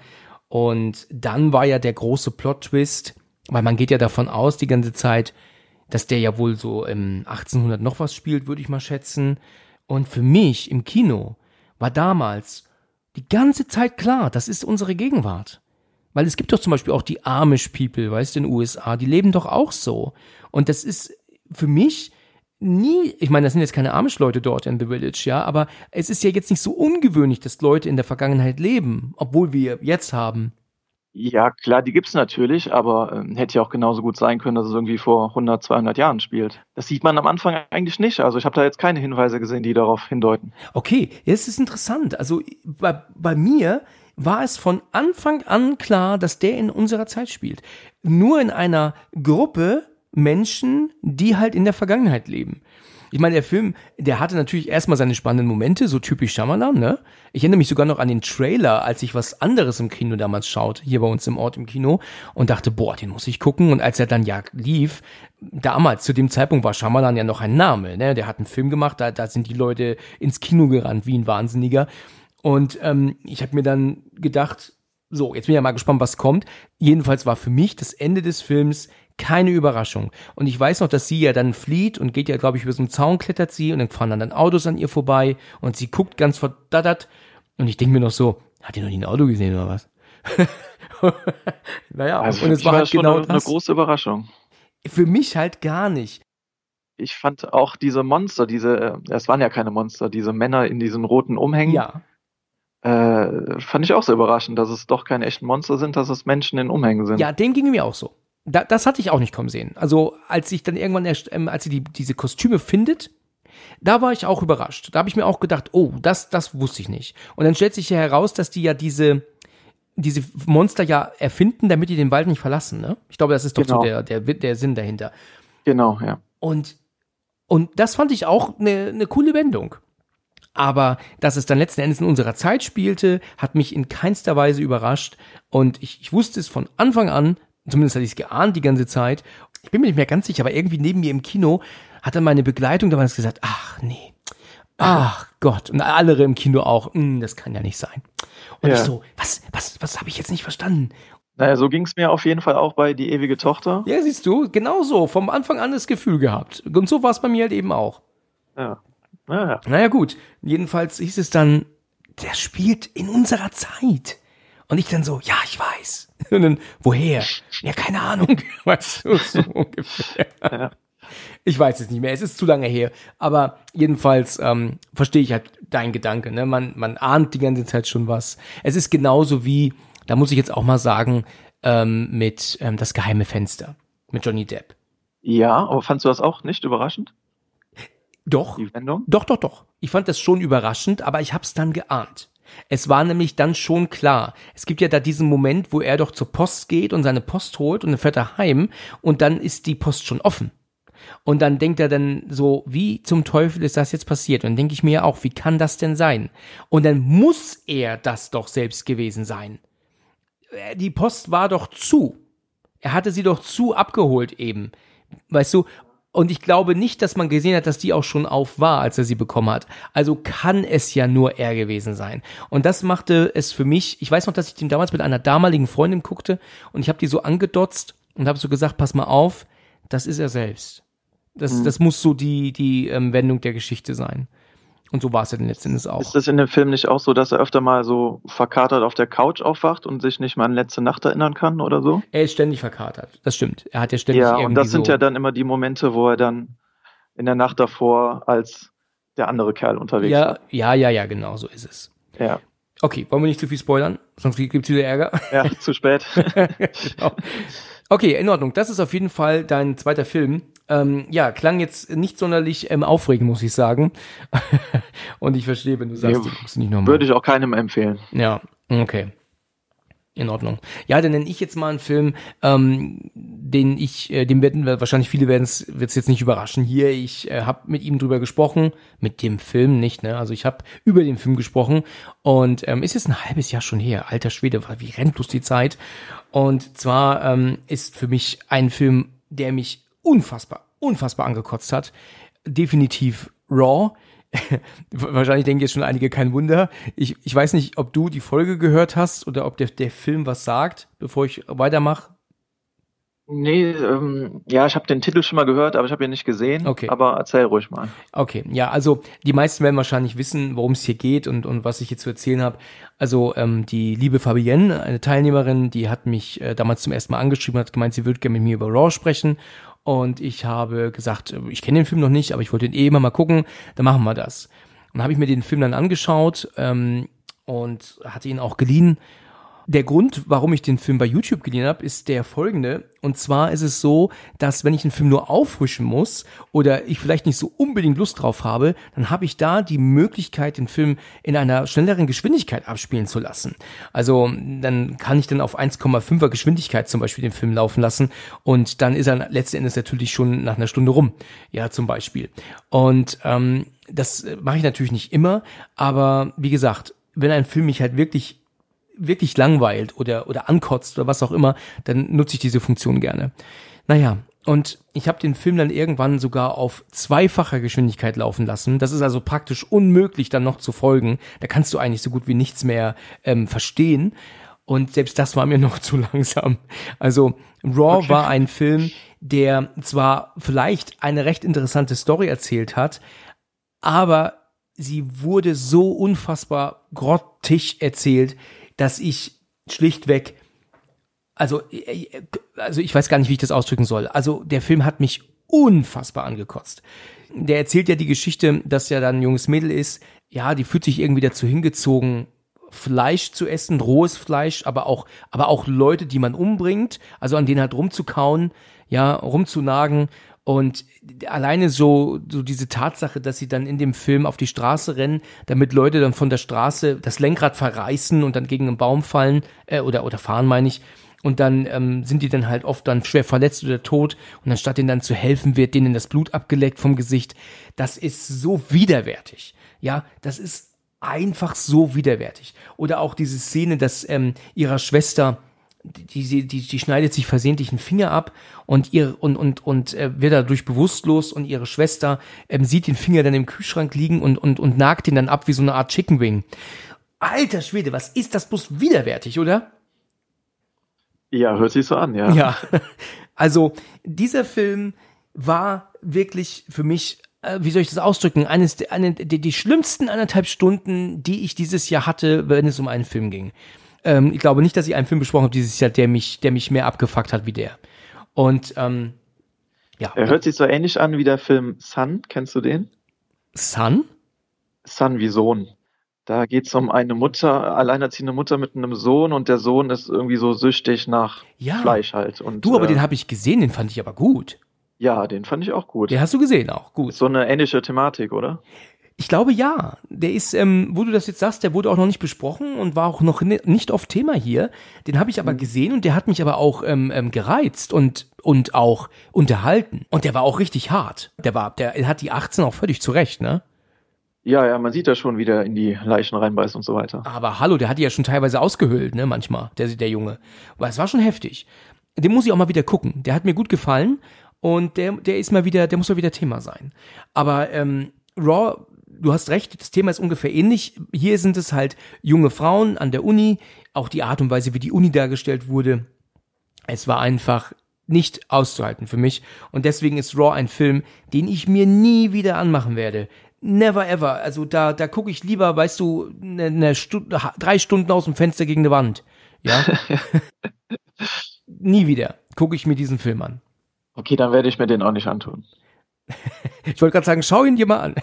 Und dann war ja der große Plot-Twist, weil man geht ja davon aus die ganze Zeit, dass der ja wohl so im achtzehnhundert noch was spielt, würde ich mal schätzen. Und für mich im Kino war damals die ganze Zeit klar, das ist unsere Gegenwart. Weil es gibt doch zum Beispiel auch die Amish People, weißt du, in den U S A, die leben doch auch so. Und das ist für mich nie, ich meine, das sind jetzt keine Amish-Leute dort in The Village, ja, aber es ist ja jetzt nicht so ungewöhnlich, dass Leute in der Vergangenheit leben, obwohl wir jetzt haben. Ja, klar, die gibt's natürlich, aber äh, hätte ja auch genauso gut sein können, dass es irgendwie vor hundert, zweihundert Jahren spielt. Das sieht man am Anfang eigentlich nicht. Also ich habe da jetzt keine Hinweise gesehen, die darauf hindeuten. Okay, jetzt ist interessant. Also bei, bei mir war es von Anfang an klar, dass der in unserer Zeit spielt. Nur in einer Gruppe Menschen, die halt in der Vergangenheit leben. Ich meine, der Film, der hatte natürlich erstmal seine spannenden Momente, so typisch Shyamalan, ne? Ich erinnere mich sogar noch an den Trailer, als ich was anderes im Kino damals schaute, hier bei uns im Ort im Kino, und dachte, boah, den muss ich gucken. Und als er dann ja lief, damals, zu dem Zeitpunkt war Shyamalan ja noch ein Name, ne? Der hat einen Film gemacht, da, da sind die Leute ins Kino gerannt, wie ein Wahnsinniger. Und ähm, ich habe mir dann gedacht, so, jetzt bin ich ja mal gespannt, was kommt. Jedenfalls war für mich das Ende des Films keine Überraschung. Und ich weiß noch, dass sie ja dann flieht und geht ja, glaube ich, über so einen Zaun, klettert sie und dann fahren dann, dann Autos an ihr vorbei und sie guckt ganz verdattert und ich denke mir noch so, hat ihr noch nie ein Auto gesehen oder was? Naja, also und es war halt schon genau eine, das. eine große Überraschung. Für mich halt gar nicht. ich fand auch diese Monster, diese, es waren ja keine Monster, diese Männer in diesen roten Umhängen. Ja. Äh, fand ich auch sehr überraschend, dass es doch keine echten Monster sind, dass es Menschen in Umhängen sind. Ja, dem ging mir auch so. Da, das hatte ich auch nicht kommen sehen. Also als ich dann irgendwann, erst, ähm, als sie die, diese Kostüme findet, da war ich auch überrascht. Da habe ich mir auch gedacht, oh, das, das wusste ich nicht. Und dann stellt sich ja heraus, dass die ja diese, diese Monster ja erfinden, damit die den Wald nicht verlassen. Ne? Ich glaube, das ist doch Genau. so der, der, der Sinn dahinter. Genau, ja. Und, und das fand ich auch eine, eine coole Wendung. Aber dass es dann letzten Endes in unserer Zeit spielte, hat mich in keinster Weise überrascht. Und ich, ich wusste es von Anfang an, zumindest hatte ich es geahnt die ganze Zeit. Ich bin mir nicht mehr ganz sicher, aber irgendwie neben mir im Kino hat dann meine Begleitung damals gesagt, ach nee, ach Gott. Und alle im Kino auch, das kann ja nicht sein. Und Ja. ich so, was, was, was habe ich jetzt nicht verstanden? Naja, so ging es mir auf jeden Fall auch bei Die ewige Tochter. Ja, siehst du, genau so, vom Anfang an das Gefühl gehabt. Und so war es bei mir halt eben auch. Ja. Ja, ja. Naja gut, jedenfalls hieß es dann, der spielt in unserer Zeit. Und ich dann so, ja, ich weiß. Und dann, woher? Ja, keine Ahnung. Weißt du, so ungefähr. Ja. Ich weiß es nicht mehr, es ist zu lange her. Aber jedenfalls ähm, verstehe ich halt deinen Gedanke. Ne? Man, man ahnt die ganze Zeit schon was. Es ist genauso wie, da muss ich jetzt auch mal sagen, ähm, mit ähm, Das geheime Fenster. Mit Johnny Depp. Ja, aber fandst du das auch nicht überraschend, Doch. die Wendung? Doch, doch, doch. Ich fand das schon überraschend, aber ich hab's dann geahnt. Es war nämlich dann schon klar. Es gibt ja da diesen Moment, wo er doch zur Post geht und seine Post holt und dann fährt er heim und dann ist die Post schon offen. Und dann denkt er dann so, wie zum Teufel ist das jetzt passiert? Und dann denke ich mir auch, wie kann das denn sein? Und dann muss er das doch selbst gewesen sein. Die Post war doch zu. Er hatte sie doch zu abgeholt eben. Weißt du? Und ich glaube nicht, dass man gesehen hat, dass die auch schon auf war, als er sie bekommen hat. Also kann es ja nur er gewesen sein. Und das machte es für mich, ich weiß noch, dass ich den damals mit einer damaligen Freundin guckte und ich habe die so angedotzt und habe so gesagt, pass mal auf, das ist er selbst. Das, Mhm. das muss so die, die ähm, Wendung der Geschichte sein. Und so war es ja dann letzten Endes auch. Ist es in dem Film nicht auch so, dass er öfter mal so verkatert auf der Couch aufwacht und sich nicht mal an letzte Nacht erinnern kann oder so? Er ist ständig verkatert, das stimmt. Er hat ja ständig Ja, irgendwie und das sind so ja dann immer die Momente, wo er dann in der Nacht davor als der andere Kerl unterwegs ja, war. ja, ja, ja, genau, so ist es. Ja, Okay, wollen wir nicht zu viel spoilern? Sonst gibt's wieder Ärger. ja, zu spät. Genau. Okay, in Ordnung. Das ist auf jeden Fall dein zweiter Film. Ähm, ja, klang jetzt nicht sonderlich ähm, aufregend, muss ich sagen. Und ich verstehe, wenn du sagst, Nee, du guckst nicht nochmal. Würde ich auch keinem empfehlen. Ja, okay. In Ordnung. Ja, dann nenne ich jetzt mal einen Film, ähm, den ich, äh, dem werden wir, wahrscheinlich viele werden es wird's jetzt nicht überraschen hier. Ich äh, habe mit ihm drüber gesprochen, mit dem Film nicht, ne? Also ich habe über den Film gesprochen und ähm, ist jetzt ein halbes Jahr schon her. Alter Schwede, wie rennt bloß die Zeit? Und zwar ähm, ist für mich ein Film, der mich unfassbar, unfassbar angekotzt hat. Definitiv Raw. Wahrscheinlich denken jetzt schon einige, kein Wunder. Ich, ich weiß nicht, ob du die Folge gehört hast oder ob der, der Film was sagt, bevor ich weitermache. Nee, ähm, ja, ich habe den Titel schon mal gehört, aber ich habe ihn nicht gesehen. Okay. Aber erzähl ruhig mal. Okay, ja, also die meisten werden wahrscheinlich wissen, worum es hier geht und, und was ich jetzt zu erzählen habe. Also ähm, die liebe Fabienne, eine Teilnehmerin, die hat mich äh, damals zum ersten Mal angeschrieben, hat gemeint, sie würde gerne mit mir über Raw sprechen. Und ich habe gesagt, ich kenne den Film noch nicht, aber ich wollte ihn eh immer mal gucken, dann machen wir das. Und dann habe ich mir den Film dann angeschaut ähm, und hatte ihn auch geliehen. Der Grund, warum ich den Film bei YouTube geliehen habe, ist der folgende. Und zwar ist es so, dass wenn ich einen Film nur auffrischen muss oder ich vielleicht nicht so unbedingt Lust drauf habe, dann habe ich da die Möglichkeit, den Film in einer schnelleren Geschwindigkeit abspielen zu lassen. Also dann kann ich dann auf eins Komma fünfer Geschwindigkeit zum Beispiel den Film laufen lassen und dann ist er letzten Endes natürlich schon nach einer Stunde rum. Ja, zum Beispiel. Und ähm, das mache ich natürlich nicht immer, aber wie gesagt, wenn ein Film mich halt wirklich wirklich langweilt oder oder ankotzt oder was auch immer, dann nutze ich diese Funktion gerne. Naja, und ich habe den Film dann irgendwann sogar auf zweifacher Geschwindigkeit laufen lassen. Das ist also praktisch unmöglich, dann noch zu folgen. Da kannst du eigentlich so gut wie nichts mehr ähm, verstehen. Und selbst das war mir noch zu langsam. Also Raw Okay. war ein Film, der zwar vielleicht eine recht interessante Story erzählt hat, aber sie wurde so unfassbar grottig erzählt, dass ich schlichtweg, also, also ich weiß gar nicht, wie ich das ausdrücken soll. Also der Film hat mich unfassbar angekotzt. Der erzählt ja die Geschichte, dass ja dann ein junges Mädel ist, ja, die fühlt sich irgendwie dazu hingezogen, Fleisch zu essen, rohes Fleisch, aber auch, aber auch Leute, die man umbringt, also an denen halt rumzukauen, ja, rumzunagen. Und alleine so, so diese Tatsache, dass sie dann in dem Film auf die Straße rennen, damit Leute dann von der Straße das Lenkrad verreißen und dann gegen einen Baum fallen, äh, oder, oder fahren, meine ich. Und dann ähm, sind die dann halt oft dann schwer verletzt oder tot. Und anstatt denen dann zu helfen, wird denen das Blut abgeleckt vom Gesicht. Das ist so widerwärtig. Ja, das ist einfach so widerwärtig. Oder auch diese Szene, dass ähm, ihrer Schwester, die, die, die, die schneidet sich versehentlich einen Finger ab und ihr und und und äh, wird dadurch bewusstlos und ihre Schwester ähm, sieht den Finger dann im Kühlschrank liegen und und und nagt ihn dann ab wie so eine Art Chicken Wing. Alter Schwede, was ist das bloß widerwärtig, oder? Ja, hört sich so an, ja. Ja, also dieser Film war wirklich für mich, äh, wie soll ich das ausdrücken, eines der, eine, die, die schlimmsten anderthalb Stunden, die ich dieses Jahr hatte, wenn es um einen Film ging. Ähm, ich glaube nicht, dass ich einen Film besprochen habe dieses Jahr, der mich, der mich mehr abgefuckt hat wie der. Und ähm, ja. Er hört sich so ähnlich an wie der Film Son. Kennst du den? Son? Son wie Sohn. Da geht es um eine Mutter, alleinerziehende Mutter mit einem Sohn und der Sohn ist irgendwie so süchtig nach Ja. Fleisch halt. Und, Du, aber äh, den habe ich gesehen, den fand ich aber gut. ja, den fand ich auch gut. Den hast du gesehen auch, gut. Ist so eine ähnliche Thematik, oder? Ich glaube ja. Der ist, ähm, wo du das jetzt sagst, der wurde auch noch nicht besprochen und war auch noch ni- nicht oft Thema hier. Den habe ich aber gesehen und der hat mich aber auch ähm, ähm, gereizt und und auch unterhalten. Und der war auch richtig hart. Der war, der hat die achtzehn auch völlig zurecht, ne? Ja, ja, man sieht da schon, wie der in die Leichen reinbeißt und so weiter. Aber hallo, der hat die ja schon teilweise ausgehöhlt, ne, manchmal, der, der Junge. Aber es war schon heftig. Den muss ich auch mal wieder gucken. Der hat mir gut gefallen und der, der ist mal wieder, der muss mal wieder Thema sein. Aber ähm, Raw, du hast recht, das Thema ist ungefähr ähnlich. Hier sind es halt junge Frauen an der Uni, auch die Art und Weise, wie die Uni dargestellt wurde. Es war einfach nicht auszuhalten für mich. Und deswegen ist Raw ein Film, den ich mir nie wieder anmachen werde. Never ever. Also da, da gucke ich lieber, weißt du, ne, ne Stunde, drei Stunden aus dem Fenster gegen eine Wand. Ja. Nie wieder gucke ich mir diesen Film an. Okay, dann werde ich mir den auch nicht antun. Ich wollte gerade sagen, schau ihn dir mal an.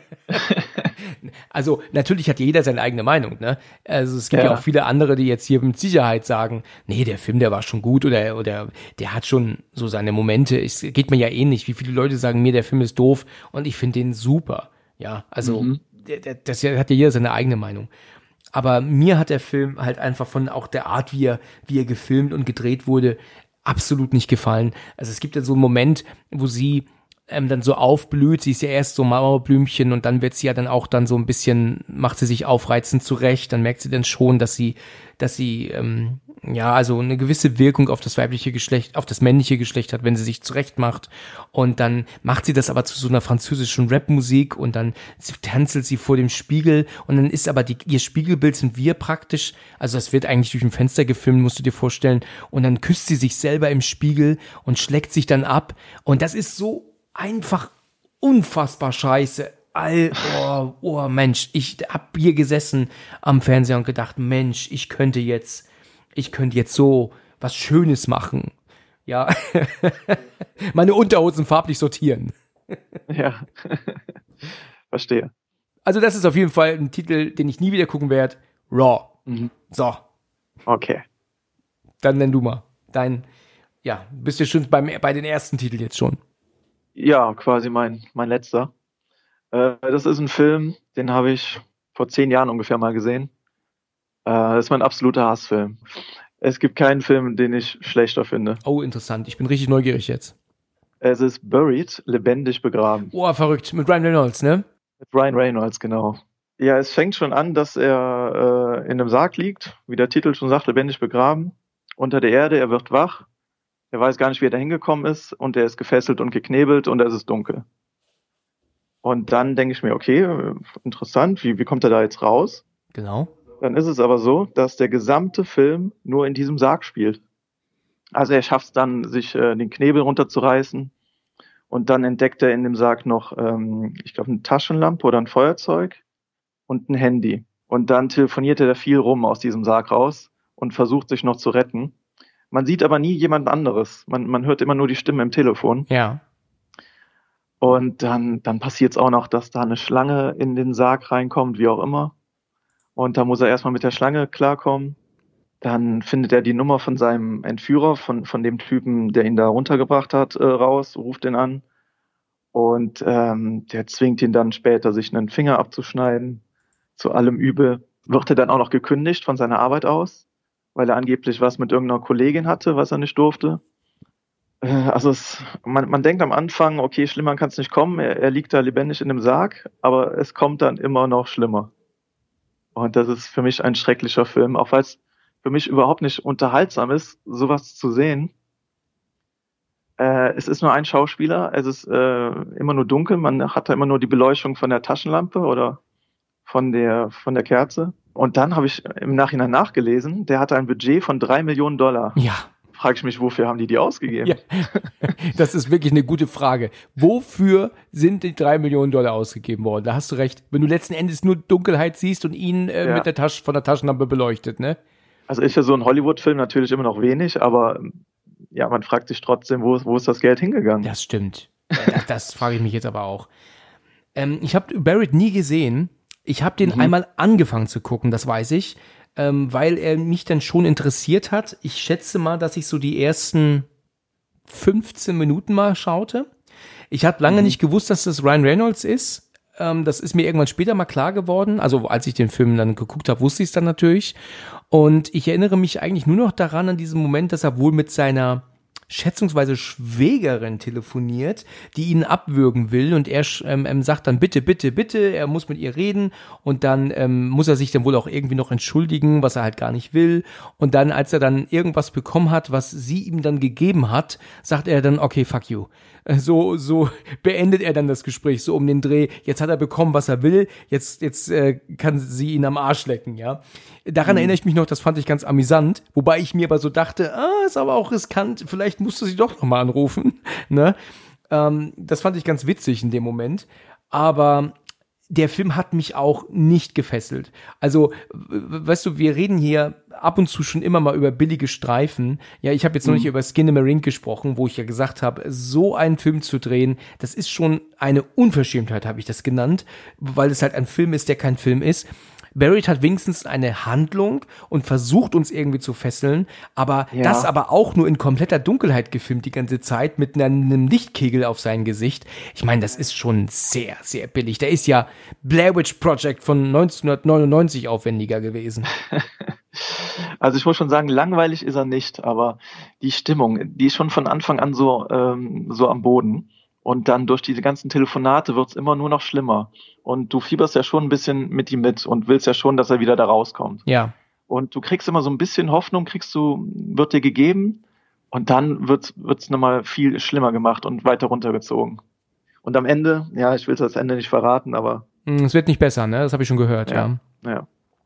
Also natürlich hat jeder seine eigene Meinung, ne? Also es gibt ja. ja auch viele andere, die jetzt hier mit Sicherheit sagen, nee, der Film, der war schon gut oder oder der hat schon so seine Momente. Es geht mir ja ähnlich, wie viele Leute sagen mir, der Film ist doof und ich finde den super. Ja, also mhm. der, der, das hat ja jeder seine eigene Meinung. Aber mir hat der Film halt einfach von auch der Art, wie er, wie er gefilmt und gedreht wurde, absolut nicht gefallen. Also es gibt ja so einen Moment, wo sie ähm, dann so aufblüht. Sie ist ja erst so Mauerblümchen und dann wird sie ja dann auch dann so ein bisschen, macht sie sich aufreizend zurecht. Dann merkt sie dann schon, dass sie, dass sie, ähm, ja, also eine gewisse Wirkung auf das weibliche Geschlecht, auf das männliche Geschlecht hat, wenn sie sich zurecht macht. Und dann macht sie das aber zu so einer französischen Rapmusik und dann tänzelt sie vor dem Spiegel und dann ist aber die, ihr Spiegelbild sind wir praktisch, also das wird eigentlich durch ein Fenster gefilmt, musst du dir vorstellen. Und dann küsst sie sich selber im Spiegel und schlägt sich dann ab. Und das ist so einfach unfassbar scheiße. All, oh, oh Mensch, ich hab hier gesessen am Fernseher und gedacht, Mensch, ich könnte jetzt ich könnte jetzt so was Schönes machen. Ja, meine Unterhosen farblich sortieren. Ja, verstehe. Also das ist auf jeden Fall ein Titel, den ich nie wieder gucken werde. Raw. Mhm. So. Okay. Dann nenn du mal. Dein, ja, bist du schon beim, bei den ersten Titeln jetzt schon. Ja, quasi mein, mein letzter. Äh, das ist ein Film, den habe ich vor zehn Jahren ungefähr mal gesehen. Das ist mein absoluter Hassfilm. Es gibt keinen Film, den ich schlechter finde. Oh, interessant. Ich bin richtig neugierig jetzt. Es ist Buried, lebendig begraben. Oh, verrückt. Mit Ryan Reynolds, ne? Mit Ryan Reynolds, genau. Ja, es fängt schon an, dass er äh, in einem Sarg liegt, wie der Titel schon sagt, lebendig begraben. Unter der Erde, er wird wach. Er weiß gar nicht, wie er da hingekommen ist. Und er ist gefesselt und geknebelt und es ist dunkel. Und dann denke ich mir, okay, interessant, wie, wie kommt er da jetzt raus? Genau. Dann ist es aber so, dass der gesamte Film nur in diesem Sarg spielt. Also er schafft es dann, sich äh, den Knebel runterzureißen und dann entdeckt er in dem Sarg noch, ähm, ich glaube, eine Taschenlampe oder ein Feuerzeug und ein Handy. Und dann telefoniert er da viel rum aus diesem Sarg raus und versucht sich noch zu retten. Man sieht aber nie jemand anderes. Man, man hört immer nur die Stimme im Telefon. Ja. Und dann, dann passiert es auch noch, dass da eine Schlange in den Sarg reinkommt, wie auch immer. Und da muss er erstmal mit der Schlange klarkommen. Dann findet er die Nummer von seinem Entführer, von, von dem Typen, der ihn da runtergebracht hat, äh, raus, ruft ihn an. Und ähm, der zwingt ihn dann später, sich einen Finger abzuschneiden. Zu allem Übel wird er dann auch noch gekündigt von seiner Arbeit aus, weil er angeblich was mit irgendeiner Kollegin hatte, was er nicht durfte. Äh, also es, man, man denkt am Anfang, okay, schlimmer kann es nicht kommen. Er, er liegt da lebendig in dem Sarg, aber es kommt dann immer noch schlimmer. Und das ist für mich ein schrecklicher Film, auch weil es für mich überhaupt nicht unterhaltsam ist, sowas zu sehen. Äh, es ist nur ein Schauspieler, es ist äh, immer nur dunkel, man hat da immer nur die Beleuchtung von der Taschenlampe oder von der, von der Kerze. Und dann habe ich im Nachhinein nachgelesen, der hatte ein Budget von drei Millionen Dollar. Ja. Frage ich mich, wofür haben die die ausgegeben? Ja, das ist wirklich eine gute Frage. Wofür sind die drei Millionen Dollar ausgegeben worden? Da hast du recht. Wenn du letzten Endes nur Dunkelheit siehst und ihn äh, Ja. mit der Tasche von der Taschenlampe beleuchtet, ne? Also ist ja so ein Hollywood-Film natürlich immer noch wenig, aber ja, man fragt sich trotzdem, wo, wo ist das Geld hingegangen? Das stimmt. Das, das frage ich mich jetzt aber auch. Ähm, ich habe Barrett nie gesehen. Ich habe den Mhm. einmal angefangen zu gucken, das weiß ich, ähm, weil er mich dann schon interessiert hat. Ich schätze mal, dass ich so die ersten fünfzehn Minuten mal schaute. Ich habe lange Mhm. nicht gewusst, dass das Ryan Reynolds ist. Ähm, das ist mir irgendwann später mal klar geworden. Also als ich den Film dann geguckt habe, wusste ich es dann natürlich. Und ich erinnere mich eigentlich nur noch daran, an diesem Moment, dass er wohl mit seiner schätzungsweise Schwägerin telefoniert, die ihn abwürgen will und er ähm, ähm, sagt dann bitte, bitte, bitte, er muss mit ihr reden und dann ähm, muss er sich dann wohl auch irgendwie noch entschuldigen, was er halt gar nicht will und dann, als er dann irgendwas bekommen hat, was sie ihm dann gegeben hat, sagt er dann, okay, fuck you. So, so beendet er dann das Gespräch, so um den Dreh, jetzt hat er bekommen, was er will, jetzt, jetzt äh, kann sie ihn am Arsch lecken, ja. Daran mhm. erinnere ich mich noch, das fand ich ganz amüsant, wobei ich mir aber so dachte, ah, ist aber auch riskant, vielleicht musst du sie doch nochmal anrufen, ne. Ähm, das fand ich ganz witzig in dem Moment, aber der Film hat mich auch nicht gefesselt. Also, weißt du, wir reden hier ab und zu schon immer mal über billige Streifen. Ja, ich habe jetzt noch nicht über Skin in the Ring gesprochen, wo ich ja gesagt habe, so einen Film zu drehen, das ist schon eine Unverschämtheit, habe ich das genannt, weil es halt ein Film ist, der kein Film ist. Barrett hat wenigstens eine Handlung und versucht uns irgendwie zu fesseln, aber Ja. das aber auch nur in kompletter Dunkelheit gefilmt die ganze Zeit mit einem Lichtkegel auf sein Gesicht. Ich meine, das ist schon sehr, sehr billig. Da ist ja Blair Witch Project von neunzehnhundertneunundneunzig aufwendiger gewesen. Also ich muss schon sagen, langweilig ist er nicht, aber die Stimmung, die ist schon von Anfang an so, ähm, so am Boden. Und dann durch diese ganzen Telefonate wird's immer nur noch schlimmer. Und du fieberst ja schon ein bisschen mit ihm mit und willst ja schon, dass er wieder da rauskommt. Ja. Und du kriegst immer so ein bisschen Hoffnung, kriegst du, wird dir gegeben. Und dann wird's, wird's nochmal viel schlimmer gemacht und weiter runtergezogen. Und am Ende, ja, ich will das Ende nicht verraten, aber. Es wird nicht besser, ne? Das habe ich schon gehört, ja. Ja. ja.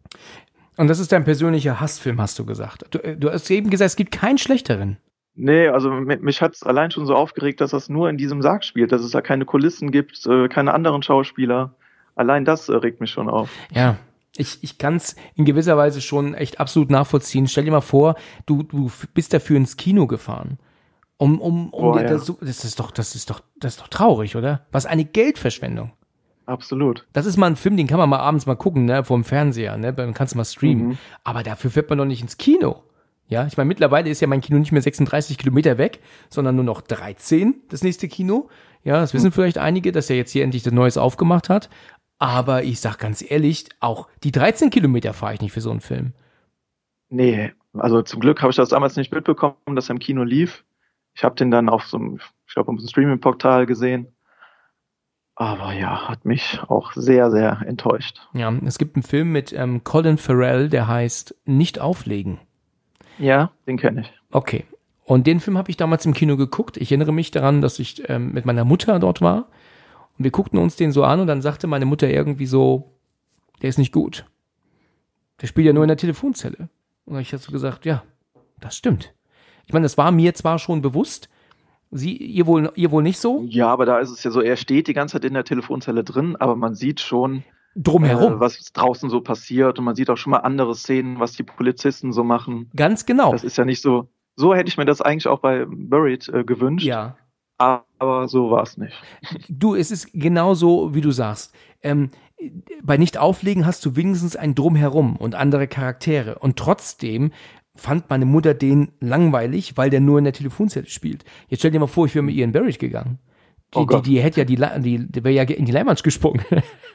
Und das ist dein persönlicher Hassfilm, hast du gesagt. Du, du hast eben gesagt, es gibt keinen schlechteren. Nee, also mich hat's allein schon so aufgeregt, dass das nur in diesem Sarg spielt, dass es da keine Kulissen gibt, äh, keine anderen Schauspieler. Allein das äh, regt mich schon auf. Ja, ich, ich kann es in gewisser Weise schon echt absolut nachvollziehen. Stell dir mal vor, du, du bist dafür ins Kino gefahren. Um, um, um Boah, dir ja. das, so- das ist doch, das ist doch, das ist doch traurig, oder? Was eine Geldverschwendung. Absolut. Das ist mal ein Film, den kann man mal abends mal gucken, ne, vorm Fernseher, ne, dann kannst du mal streamen. Mhm. Aber dafür fährt man doch nicht ins Kino. Ja, ich meine, mittlerweile ist ja mein Kino nicht mehr sechsunddreißig Kilometer weg, sondern nur noch dreizehn, das nächste Kino. Ja, das wissen vielleicht einige, dass er jetzt hier endlich das Neues aufgemacht hat. Aber ich sag ganz ehrlich, auch die dreizehn Kilometer fahre ich nicht für so einen Film. Nee, also zum Glück habe ich das damals nicht mitbekommen, dass er im Kino lief. Ich habe den dann auf so einem, ich glaube, auf so einem Streaming-Portal gesehen. Aber ja, hat mich auch sehr, sehr enttäuscht. Ja, es gibt einen Film mit ähm, Colin Farrell, der heißt Nicht auflegen. Ja, den kenne ich. Okay. Und den Film habe ich damals im Kino geguckt. Ich erinnere mich daran, dass ich ähm, mit meiner Mutter dort war. Und wir guckten uns den so an und dann sagte meine Mutter irgendwie so, der ist nicht gut. Der spielt ja nur in der Telefonzelle. Und ich habe so gesagt, ja, das stimmt. Ich meine, das war mir zwar schon bewusst, sie, ihr wohl, ihr wohl nicht so, Ja, aber da ist es ja so, er steht die ganze Zeit in der Telefonzelle drin, aber man sieht schon, drumherum. äh, was draußen so passiert und man sieht auch schon mal andere Szenen, was die Polizisten so machen. Ganz genau. Das ist ja nicht so, so hätte ich mir das eigentlich auch bei Buried äh, gewünscht. Ja. Aber aber so war es nicht. Du, es ist genauso, wie du sagst. Ähm, bei Nicht-Auflegen hast du wenigstens ein Drumherum und andere Charaktere. Und trotzdem fand meine Mutter den langweilig, weil der nur in der Telefonzelle spielt. Jetzt stell dir mal vor, ich wäre mit Ian Barrett gegangen. Die, Oh die, Gott. die hätte ja die, La- die, die wäre ja in die Leinwand gesprungen.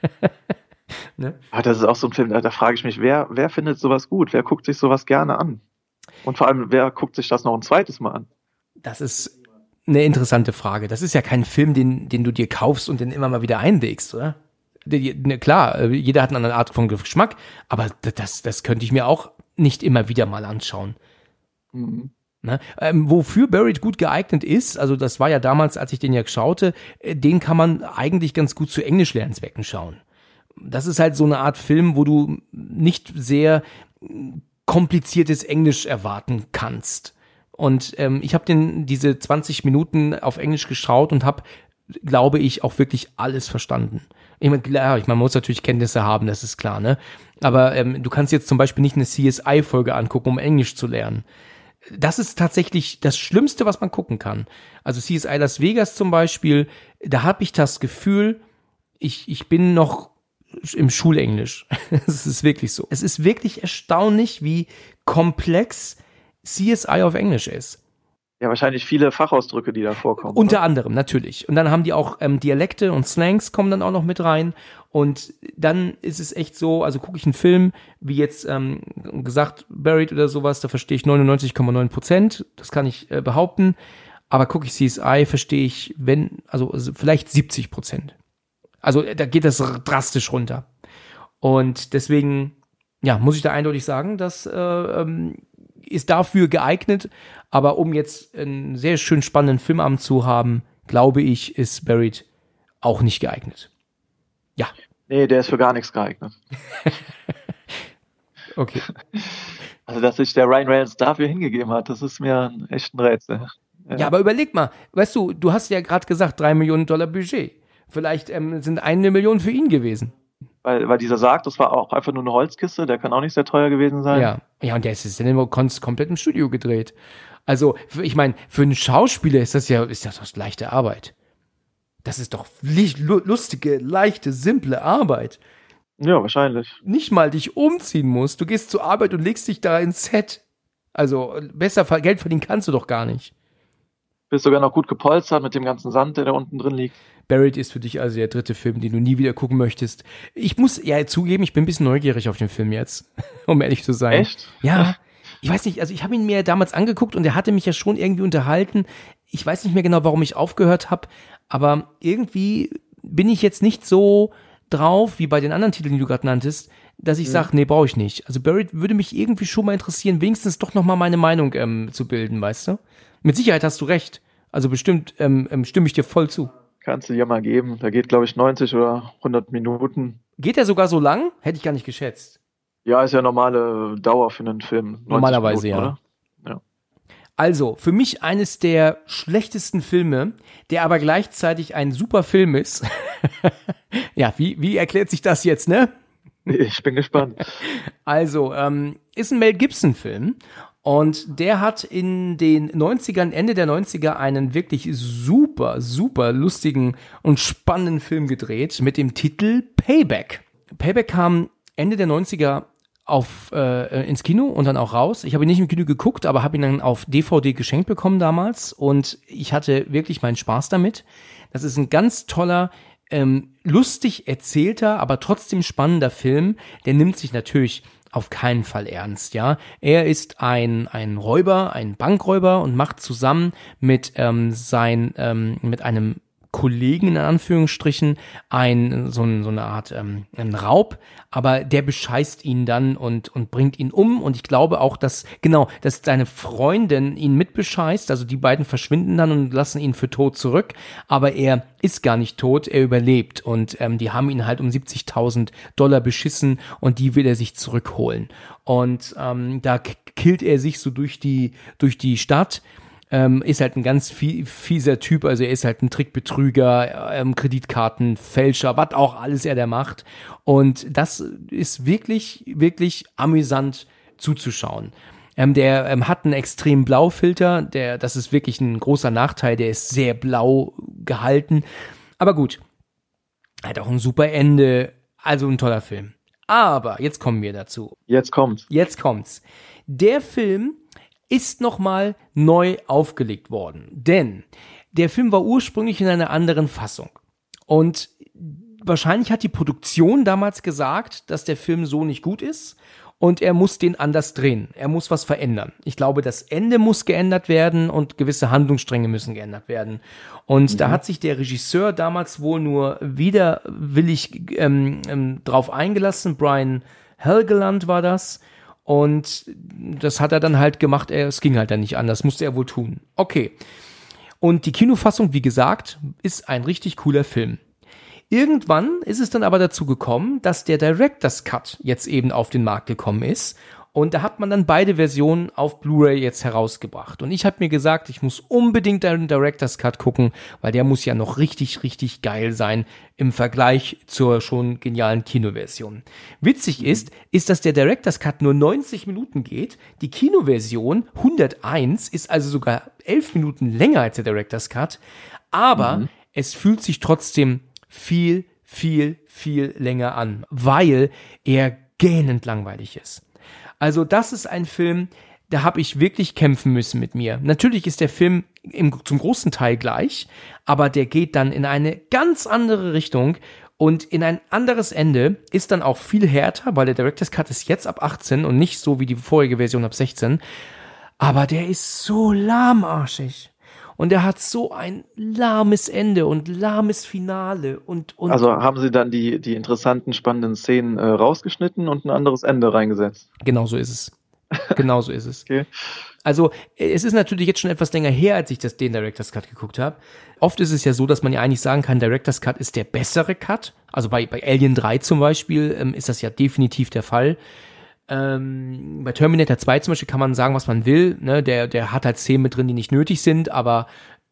Ne? Ah, das ist auch so ein Film, da, da frage ich mich, wer, wer findet sowas gut? Wer guckt sich sowas gerne an? Und vor allem, wer guckt sich das noch ein zweites Mal an? Das ist eine interessante Frage. Das ist ja kein Film, den, den du dir kaufst und den immer mal wieder einlegst, oder? Die- ne, Klar, äh, jeder hat eine andere Art von Geschmack, aber das, das könnte ich mir auch nicht immer wieder mal anschauen. Mhm. Ne? Ähm, wofür Buried gut geeignet ist, also das war ja damals, als ich den ja schaute, äh, den kann man eigentlich ganz gut zu Englischlernzwecken schauen. Das ist halt so eine Art Film, wo du nicht sehr äh, kompliziertes Englisch erwarten kannst. Und ähm, ich habe den diese zwanzig Minuten auf Englisch geschaut und habe, glaube ich, auch wirklich alles verstanden. Ich meine, klar, ich, man muss natürlich Kenntnisse haben, das ist klar, ne? Aber ähm, du kannst jetzt zum Beispiel nicht eine C S I-Folge angucken, um Englisch zu lernen. Das ist tatsächlich das Schlimmste, was man gucken kann. Also C S I Las Vegas zum Beispiel, da habe ich das Gefühl, ich, ich bin noch im Schulenglisch. Es ist wirklich so. Es ist wirklich erstaunlich, wie komplex C S I auf Englisch ist. Ja, wahrscheinlich viele Fachausdrücke, die da vorkommen. Unter oder? anderem, natürlich. Und dann haben die auch ähm, Dialekte und Slangs kommen dann auch noch mit rein. Und dann ist es echt so, also gucke ich einen Film, wie jetzt ähm, gesagt, Buried oder sowas, da verstehe ich neunundneunzig Komma neun Prozent, das kann ich äh, behaupten. Aber gucke ich C S I, verstehe ich, wenn, also, also vielleicht siebzig Prozent. Also äh, da geht das r- drastisch runter. Und deswegen, ja, muss ich da eindeutig sagen, das äh, ähm, ist dafür geeignet. Aber um jetzt einen sehr schön spannenden Filmabend zu haben, glaube ich, ist Buried auch nicht geeignet. Ja, Nee, der ist für gar nichts geeignet. okay. Also, dass sich der Ryan Reynolds dafür hingegeben hat, das ist mir ein echt ein Rätsel. Ja, aber überleg mal, weißt du, du hast ja gerade gesagt, drei Millionen Dollar Budget. Vielleicht ähm, sind eine Million für ihn gewesen. Weil, weil dieser Sarg, das war auch einfach nur eine Holzkiste, der kann auch nicht sehr teuer gewesen sein. Ja, ja, und der ist jetzt immer kon- komplett im Studio gedreht. Also, für- ich meine, für einen Schauspieler ist das ja, ist das doch leichte Arbeit. Das ist doch li- lu- lustige, leichte, simple Arbeit. Ja, wahrscheinlich. Nicht mal dich umziehen musst. Du gehst zur Arbeit und legst dich da ins Set. Also, besser ver- Geld verdienen kannst du doch gar nicht. Bist sogar noch gut gepolstert mit dem ganzen Sand, der da unten drin liegt. Buried ist für dich also der dritte Film, den du nie wieder gucken möchtest. Ich muss ja zugeben, ich bin ein bisschen neugierig auf den Film jetzt, um ehrlich zu sein. Echt? Ja. Ich weiß nicht, also ich habe ihn mir damals angeguckt und er hatte mich ja schon irgendwie unterhalten. Ich weiß nicht mehr genau, warum ich aufgehört habe, aber irgendwie bin ich jetzt nicht so drauf, wie bei den anderen Titeln, die du gerade nanntest, dass ich sage, nee, brauche ich nicht. Also Buried würde mich irgendwie schon mal interessieren, wenigstens doch noch mal meine Meinung ähm, zu bilden, weißt du? Mit Sicherheit hast du recht. Also bestimmt ähm, ähm, stimme ich dir voll zu. Kannst du dir mal geben. Da geht, glaube ich, neunzig oder hundert Minuten. Geht er sogar so lang? Hätte ich gar nicht geschätzt. Ja, ist ja normale Dauer für einen Film. neunzig Normalerweise, Minuten, ja. Oder? Ja. Also, für mich eines der schlechtesten Filme, der aber gleichzeitig ein super Film ist. Ja, wie, wie erklärt sich das jetzt, ne? Ich bin gespannt. Also, ähm, ist ein Mel Gibson-Film. Und der hat in den neunzigern, Ende der neunziger, einen wirklich super, super lustigen und spannenden Film gedreht mit dem Titel Payback. Payback kam Ende der neunziger auf, äh, ins Kino und dann auch raus. Ich habe ihn nicht im Kino geguckt, aber habe ihn dann auf D V D geschenkt bekommen damals. Und ich hatte wirklich meinen Spaß damit. Das ist ein ganz toller, ähm, lustig erzählter, aber trotzdem spannender Film. Der nimmt sich natürlich auf keinen Fall ernst, ja. Er ist ein ein Räuber, ein Bankräuber und macht zusammen mit ähm, sein ähm, mit einem Kollegen in Anführungsstrichen ein so, ein, so eine Art ähm, einen Raub, aber der bescheißt ihn dann und und bringt ihn um und ich glaube auch, dass genau, dass seine Freundin ihn mitbescheißt, also die beiden verschwinden dann und lassen ihn für tot zurück, aber er ist gar nicht tot, er überlebt und ähm, die haben ihn halt um siebzigtausend Dollar beschissen und die will er sich zurückholen und ähm, da k- killt er sich so durch die durch die Stadt. Ähm, ist halt ein ganz fie- fieser Typ, also er ist halt ein Trickbetrüger, ähm, Kreditkartenfälscher, was auch alles er da macht. Und das ist wirklich, wirklich amüsant zuzuschauen. Ähm, der ähm, hat einen extremen Blaufilter, der, das ist wirklich ein großer Nachteil, der ist sehr blau gehalten. Aber gut, hat auch ein super Ende, also ein toller Film. Aber jetzt kommen wir dazu. Jetzt kommt's. Jetzt kommt's. Der Film ist nochmal neu aufgelegt worden, denn der Film war ursprünglich in einer anderen Fassung. Und wahrscheinlich hat die Produktion damals gesagt, dass der Film so nicht gut ist und er muss den anders drehen. Er muss was verändern. Ich glaube, das Ende muss geändert werden und gewisse Handlungsstränge müssen geändert werden. Und mhm. da hat sich der Regisseur damals wohl nur widerwillig ähm, ähm, drauf eingelassen. Brian Helgeland war das. Und das hat er dann halt gemacht. Er, es ging halt dann nicht anders. Musste er wohl tun. Okay. Und die Kinofassung, wie gesagt, ist ein richtig cooler Film. Irgendwann ist es dann aber dazu gekommen, dass der Director's Cut jetzt eben auf den Markt gekommen ist. Und da hat man dann beide Versionen auf Blu-ray jetzt herausgebracht. Und ich habe mir gesagt, ich muss unbedingt den Director's Cut gucken, weil der muss ja noch richtig, richtig geil sein im Vergleich zur schon genialen Kinoversion. Witzig ist, ist, dass der Director's Cut nur neunzig Minuten geht. Die Kinoversion hunderteins ist also sogar elf Minuten länger als der Director's Cut. Aber mhm. es fühlt sich trotzdem viel, viel, viel länger an, weil er gähnend langweilig ist. Also das ist ein Film, da habe ich wirklich kämpfen müssen mit mir. Natürlich ist der Film im, zum großen Teil gleich, aber der geht dann in eine ganz andere Richtung und in ein anderes Ende, ist dann auch viel härter, weil der Director's Cut ist jetzt ab achtzehn und nicht so wie die vorige Version ab sechzehn. Aber der ist so lahmarschig. Und er hat so ein lahmes Ende und lahmes Finale. Und, und also haben Sie dann die, die interessanten, spannenden Szenen äh, rausgeschnitten und ein anderes Ende reingesetzt? Genau so ist es. Genau so ist es. Okay. Also es ist natürlich jetzt schon etwas länger her, als ich das den Director's Cut geguckt habe. Oft ist es ja so, dass man ja eigentlich sagen kann, Director's Cut ist der bessere Cut. Also bei, bei Alien drei zum Beispiel ähm, ist das ja definitiv der Fall. Ähm, bei Terminator zwei zum Beispiel kann man sagen, was man will, ne, der, der hat halt Szenen mit drin, die nicht nötig sind, aber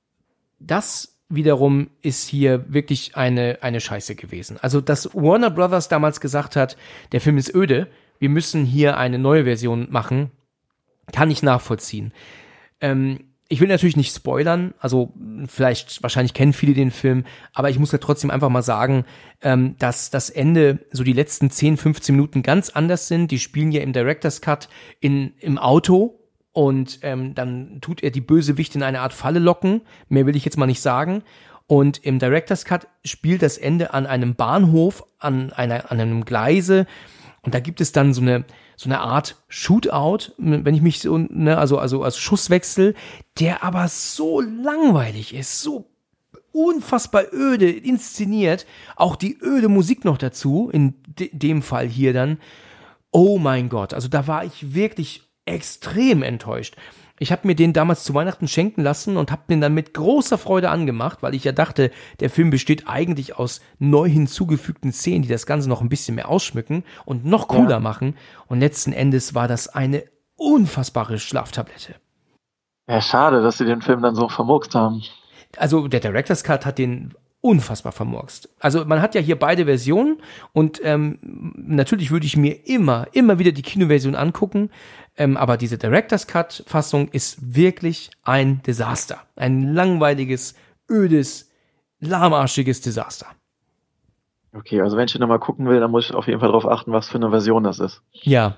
das wiederum ist hier wirklich eine, eine Scheiße gewesen. Also, dass Warner Brothers damals gesagt hat, der Film ist öde, wir müssen hier eine neue Version machen, kann ich nachvollziehen. Ähm, ich will natürlich nicht spoilern, also vielleicht, wahrscheinlich kennen viele den Film, aber ich muss ja trotzdem einfach mal sagen, ähm, dass das Ende, so die letzten zehn, fünfzehn Minuten ganz anders sind. Die spielen ja im Director's Cut in, im Auto und ähm, dann tut er die Bösewichte in eine Art Falle locken, mehr will ich jetzt mal nicht sagen. Und im Director's Cut spielt das Ende an einem Bahnhof, an einer, an einem Gleise. Und da gibt es dann so eine, so eine Art Shootout, wenn ich mich so, ne, also, also, als Schusswechsel, der aber so langweilig ist, so unfassbar öde inszeniert. Auch die öde Musik noch dazu, in de- dem Fall hier dann. Oh mein Gott, also da war ich wirklich extrem enttäuscht. Ich habe mir den damals zu Weihnachten schenken lassen und habe den dann mit großer Freude angemacht, weil ich ja dachte, der Film besteht eigentlich aus neu hinzugefügten Szenen, die das Ganze noch ein bisschen mehr ausschmücken und noch cooler ja. machen. Und letzten Endes war das eine unfassbare Schlaftablette. Ja, schade, dass sie den Film dann so vermurkst haben. Also der Director's Cut hat den unfassbar vermurkst. Also man hat ja hier beide Versionen und ähm, natürlich würde ich mir immer, immer wieder die Kinoversion angucken, ähm, aber diese Director's Cut-Fassung ist wirklich ein Desaster. Ein langweiliges, ödes, lahmarschiges Desaster. Okay, also wenn ich nochmal gucken will, dann muss ich auf jeden Fall darauf achten, was für eine Version das ist. Ja.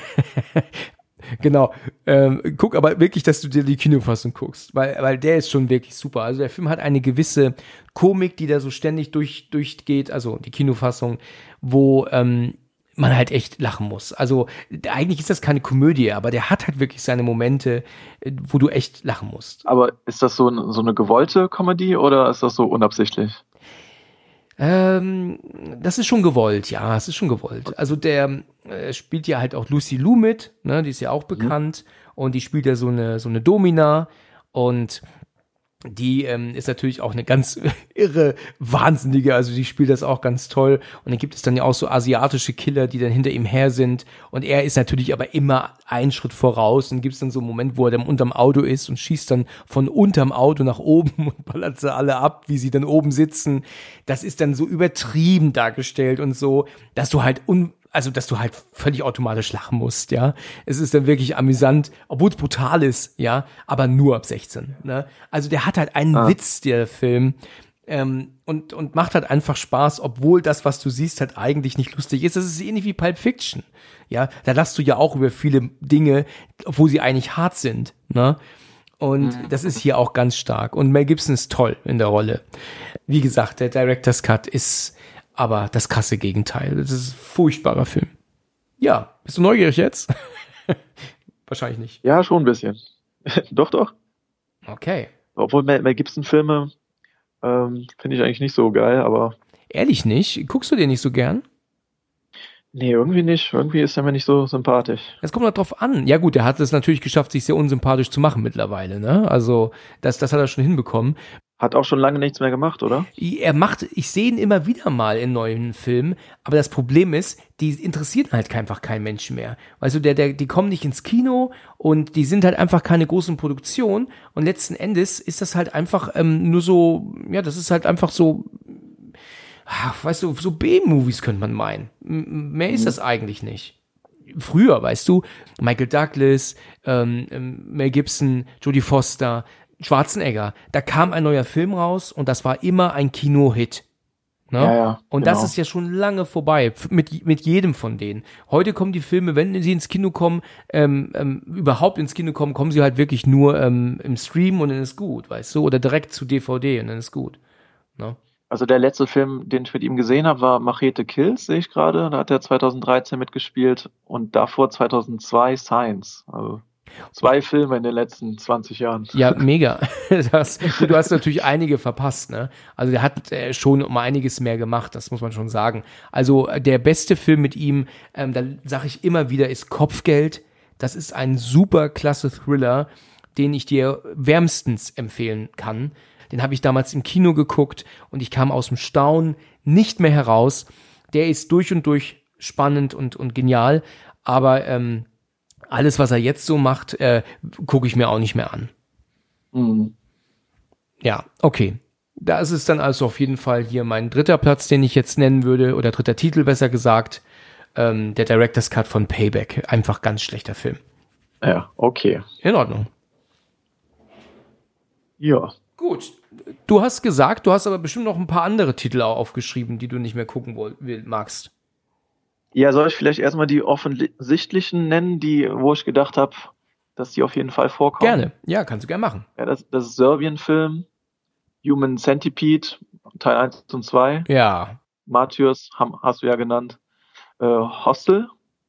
Genau. Ähm, guck aber wirklich, dass du dir die Kinofassung guckst, weil, weil der ist schon wirklich super. Also der Film hat eine gewisse Komik, die da so ständig durch, durchgeht, also die Kinofassung, wo ähm, man halt echt lachen muss. Also eigentlich ist das keine Komödie, aber der hat halt wirklich seine Momente, wo du echt lachen musst. Aber ist das so, so eine gewollte Komödie oder ist das so unabsichtlich? Ähm, das ist schon gewollt, ja, es ist schon gewollt. Also der äh, spielt ja halt auch Lucy Liu mit, ne, die ist ja auch bekannt mhm. und die spielt ja so eine so eine Domina und die ähm, ist natürlich auch eine ganz irre, wahnsinnige, also die spielt das auch ganz toll. Und dann gibt es dann ja auch so asiatische Killer, die dann hinter ihm her sind. Und er ist natürlich aber immer einen Schritt voraus. Und gibt es dann so einen Moment, wo er dann unterm Auto ist und schießt dann von unterm Auto nach oben und ballert sie alle ab, wie sie dann oben sitzen. Das ist dann so übertrieben dargestellt und so, dass du halt un Also, dass du halt völlig automatisch lachen musst, ja. Es ist dann wirklich amüsant, obwohl es brutal ist, ja, aber nur ab sechzehn, ne. Also, der hat halt einen ah. Witz, der Film. Ähm, und, und macht halt einfach Spaß, obwohl das, was du siehst, halt eigentlich nicht lustig ist. Das ist ähnlich wie Pulp Fiction. Ja, da lachst du ja auch über viele Dinge, obwohl sie eigentlich hart sind, ne? Und das ist hier auch ganz stark. Und Mel Gibson ist toll in der Rolle. Wie gesagt, der Director's Cut ist aber das krasse Gegenteil. Das ist ein furchtbarer Film. Ja, bist du neugierig jetzt? Wahrscheinlich nicht. Ja, schon ein bisschen. Doch, doch. Okay. Obwohl Mel, Mel Gibson-Filme ähm, finde ich eigentlich nicht so geil, aber Ehrlich nicht? Guckst du den nicht so gern? nee, irgendwie nicht. Irgendwie ist er mir nicht so sympathisch. Es kommt halt drauf an. Ja gut, er hat es natürlich geschafft, sich sehr unsympathisch zu machen mittlerweile, ne? Also, das, das hat er schon hinbekommen. Hat auch schon lange nichts mehr gemacht, oder? Er macht, ich sehe ihn immer wieder mal in neuen Filmen, aber das Problem ist, die interessieren halt einfach kein Mensch mehr. Weißt du, der, der, die kommen nicht ins Kino und die sind halt einfach keine großen Produktionen und letzten Endes ist das halt einfach ähm, nur so, ja, das ist halt einfach so, ach, weißt du, so B-Movies könnte man meinen. M- Mehr ist das eigentlich nicht. Früher, weißt du, Michael Douglas, ähm, ähm, Mel Gibson, Jodie Foster, Schwarzenegger, da kam ein neuer Film raus und das war immer ein Kino-Hit. Ne? Ja, ja, und genau. das ist ja schon lange vorbei, f- mit, mit jedem von denen. Heute kommen die Filme, wenn sie ins Kino kommen, ähm, ähm, überhaupt ins Kino kommen, kommen sie halt wirklich nur ähm, im Stream und dann ist gut, weißt du, oder direkt zu D V D und dann ist gut. Ne? Also der letzte Film, den ich mit ihm gesehen habe, war Machete Kills, sehe ich gerade. Da hat er zweitausenddreizehn mitgespielt und davor zweitausendzwei Science. Also zwei Filme in den letzten zwanzig Jahren. Ja, mega. Das, du hast natürlich einige verpasst, ne? Also der hat äh, schon um einiges mehr gemacht, das muss man schon sagen. Also äh, der beste Film mit ihm, ähm, da sage ich immer wieder, ist Kopfgeld. Das ist ein super klasse Thriller, den ich dir wärmstens empfehlen kann. Den habe ich damals im Kino geguckt und ich kam aus dem Staunen nicht mehr heraus. Der ist durch und durch spannend und, und genial, aber ähm, alles, was er jetzt so macht, äh, gucke ich mir auch nicht mehr an. Mhm. Ja, okay. Das ist dann also auf jeden Fall hier mein dritter Platz, den ich jetzt nennen würde, oder dritter Titel besser gesagt, ähm, der Director's Cut von Payback. Einfach ganz schlechter Film. Ja, okay. In Ordnung. Ja. Gut. Du hast gesagt, du hast aber bestimmt noch ein paar andere Titel auch aufgeschrieben, die du nicht mehr gucken woll- will, magst. Ja, soll ich vielleicht erstmal die offensichtlichen nennen, die, wo ich gedacht habe, dass die auf jeden Fall vorkommen? Gerne. Ja, kannst du gerne machen. Ja, das, das ist Serbien-Film, Human Centipede, Teil eins und zwei. Ja. Martyrs, ham- hast du ja genannt. Äh, Hostel.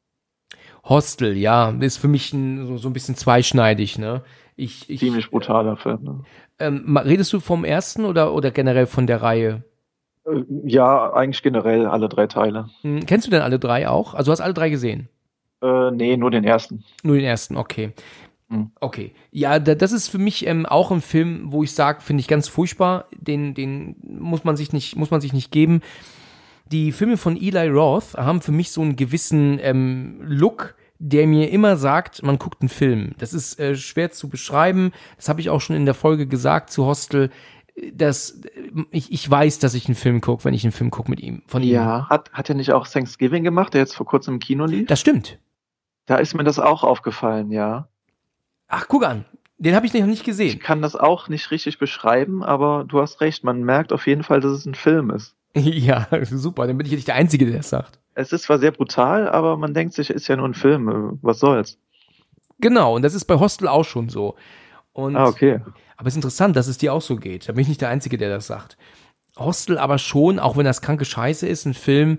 Hostel, ja, ist für mich ein, so, so ein bisschen zweischneidig, ne? Ich, ich, Ziemlich brutaler Film. Ne? Ähm, ma- redest du vom ersten oder, oder generell von der Reihe? Äh, Ja, eigentlich generell alle drei Teile. Hm, kennst du denn alle drei auch? Also du hast alle drei gesehen? Äh, nee, nur den ersten. Nur den ersten, okay. Hm. Okay. Ja, da, das ist für mich ähm, auch ein Film, wo ich sage, finde ich ganz furchtbar. Den, den muss man sich nicht, muss man sich nicht geben. Die Filme von Eli Roth haben für mich so einen gewissen ähm, Look, der mir immer sagt, man guckt einen Film. Das ist äh, schwer zu beschreiben. Das habe ich auch schon in der Folge gesagt zu Hostel. Dass ich, ich weiß, dass ich einen Film gucke, wenn ich einen Film gucke mit ihm, von ihm. Ja, hat, hat er nicht auch Thanksgiving gemacht, der jetzt vor kurzem im Kino lief? Das stimmt. Da ist mir das auch aufgefallen, ja. Ach, guck an. Den habe ich noch nicht Ich gesehen. kann das auch nicht richtig beschreiben, aber du hast recht, man merkt auf jeden Fall, dass es ein Film ist. Ja, super. Dann bin ich ja nicht der Einzige, der das sagt. Es ist zwar sehr brutal, aber man denkt sich, ist ja nur ein Film, äh, was soll's. Genau, und das ist bei Hostel auch schon so. Und, Ah, okay. aber es ist interessant, dass es dir auch so geht. Da bin ich nicht der Einzige, der das sagt. Hostel aber schon, auch wenn das kranke Scheiße ist, ein Film,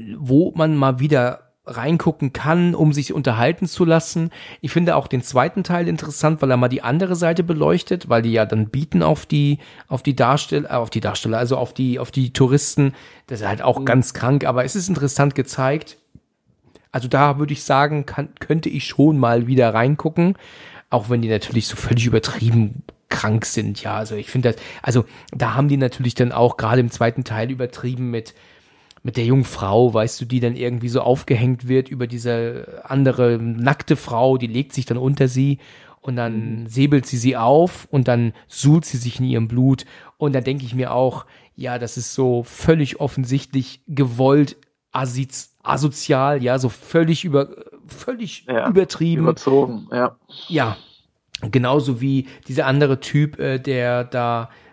wo man mal wieder reingucken kann, um sich unterhalten zu lassen. Ich finde auch den zweiten Teil interessant, weil er mal die andere Seite beleuchtet, weil die ja dann bieten auf die auf die Darsteller, äh, auf die Darsteller, also auf die auf die Touristen. Das ist halt auch ganz krank, aber es ist interessant gezeigt. Also da würde ich sagen, kann, könnte ich schon mal wieder reingucken, auch wenn die natürlich so völlig übertrieben krank sind. Ja, also ich finde das, also da haben die natürlich dann auch gerade im zweiten Teil übertrieben mit mit der jungen Frau, weißt du, die dann irgendwie so aufgehängt wird über diese andere nackte Frau, die legt sich dann unter sie und dann säbelt sie sie auf und dann suhlt sie sich in ihrem Blut und dann denke ich mir auch, ja, das ist so völlig offensichtlich gewollt, asi- asozial, ja, so völlig über, völlig Ja, übertrieben. Überzogen, ja. Ja, genauso wie dieser andere Typ, äh, der da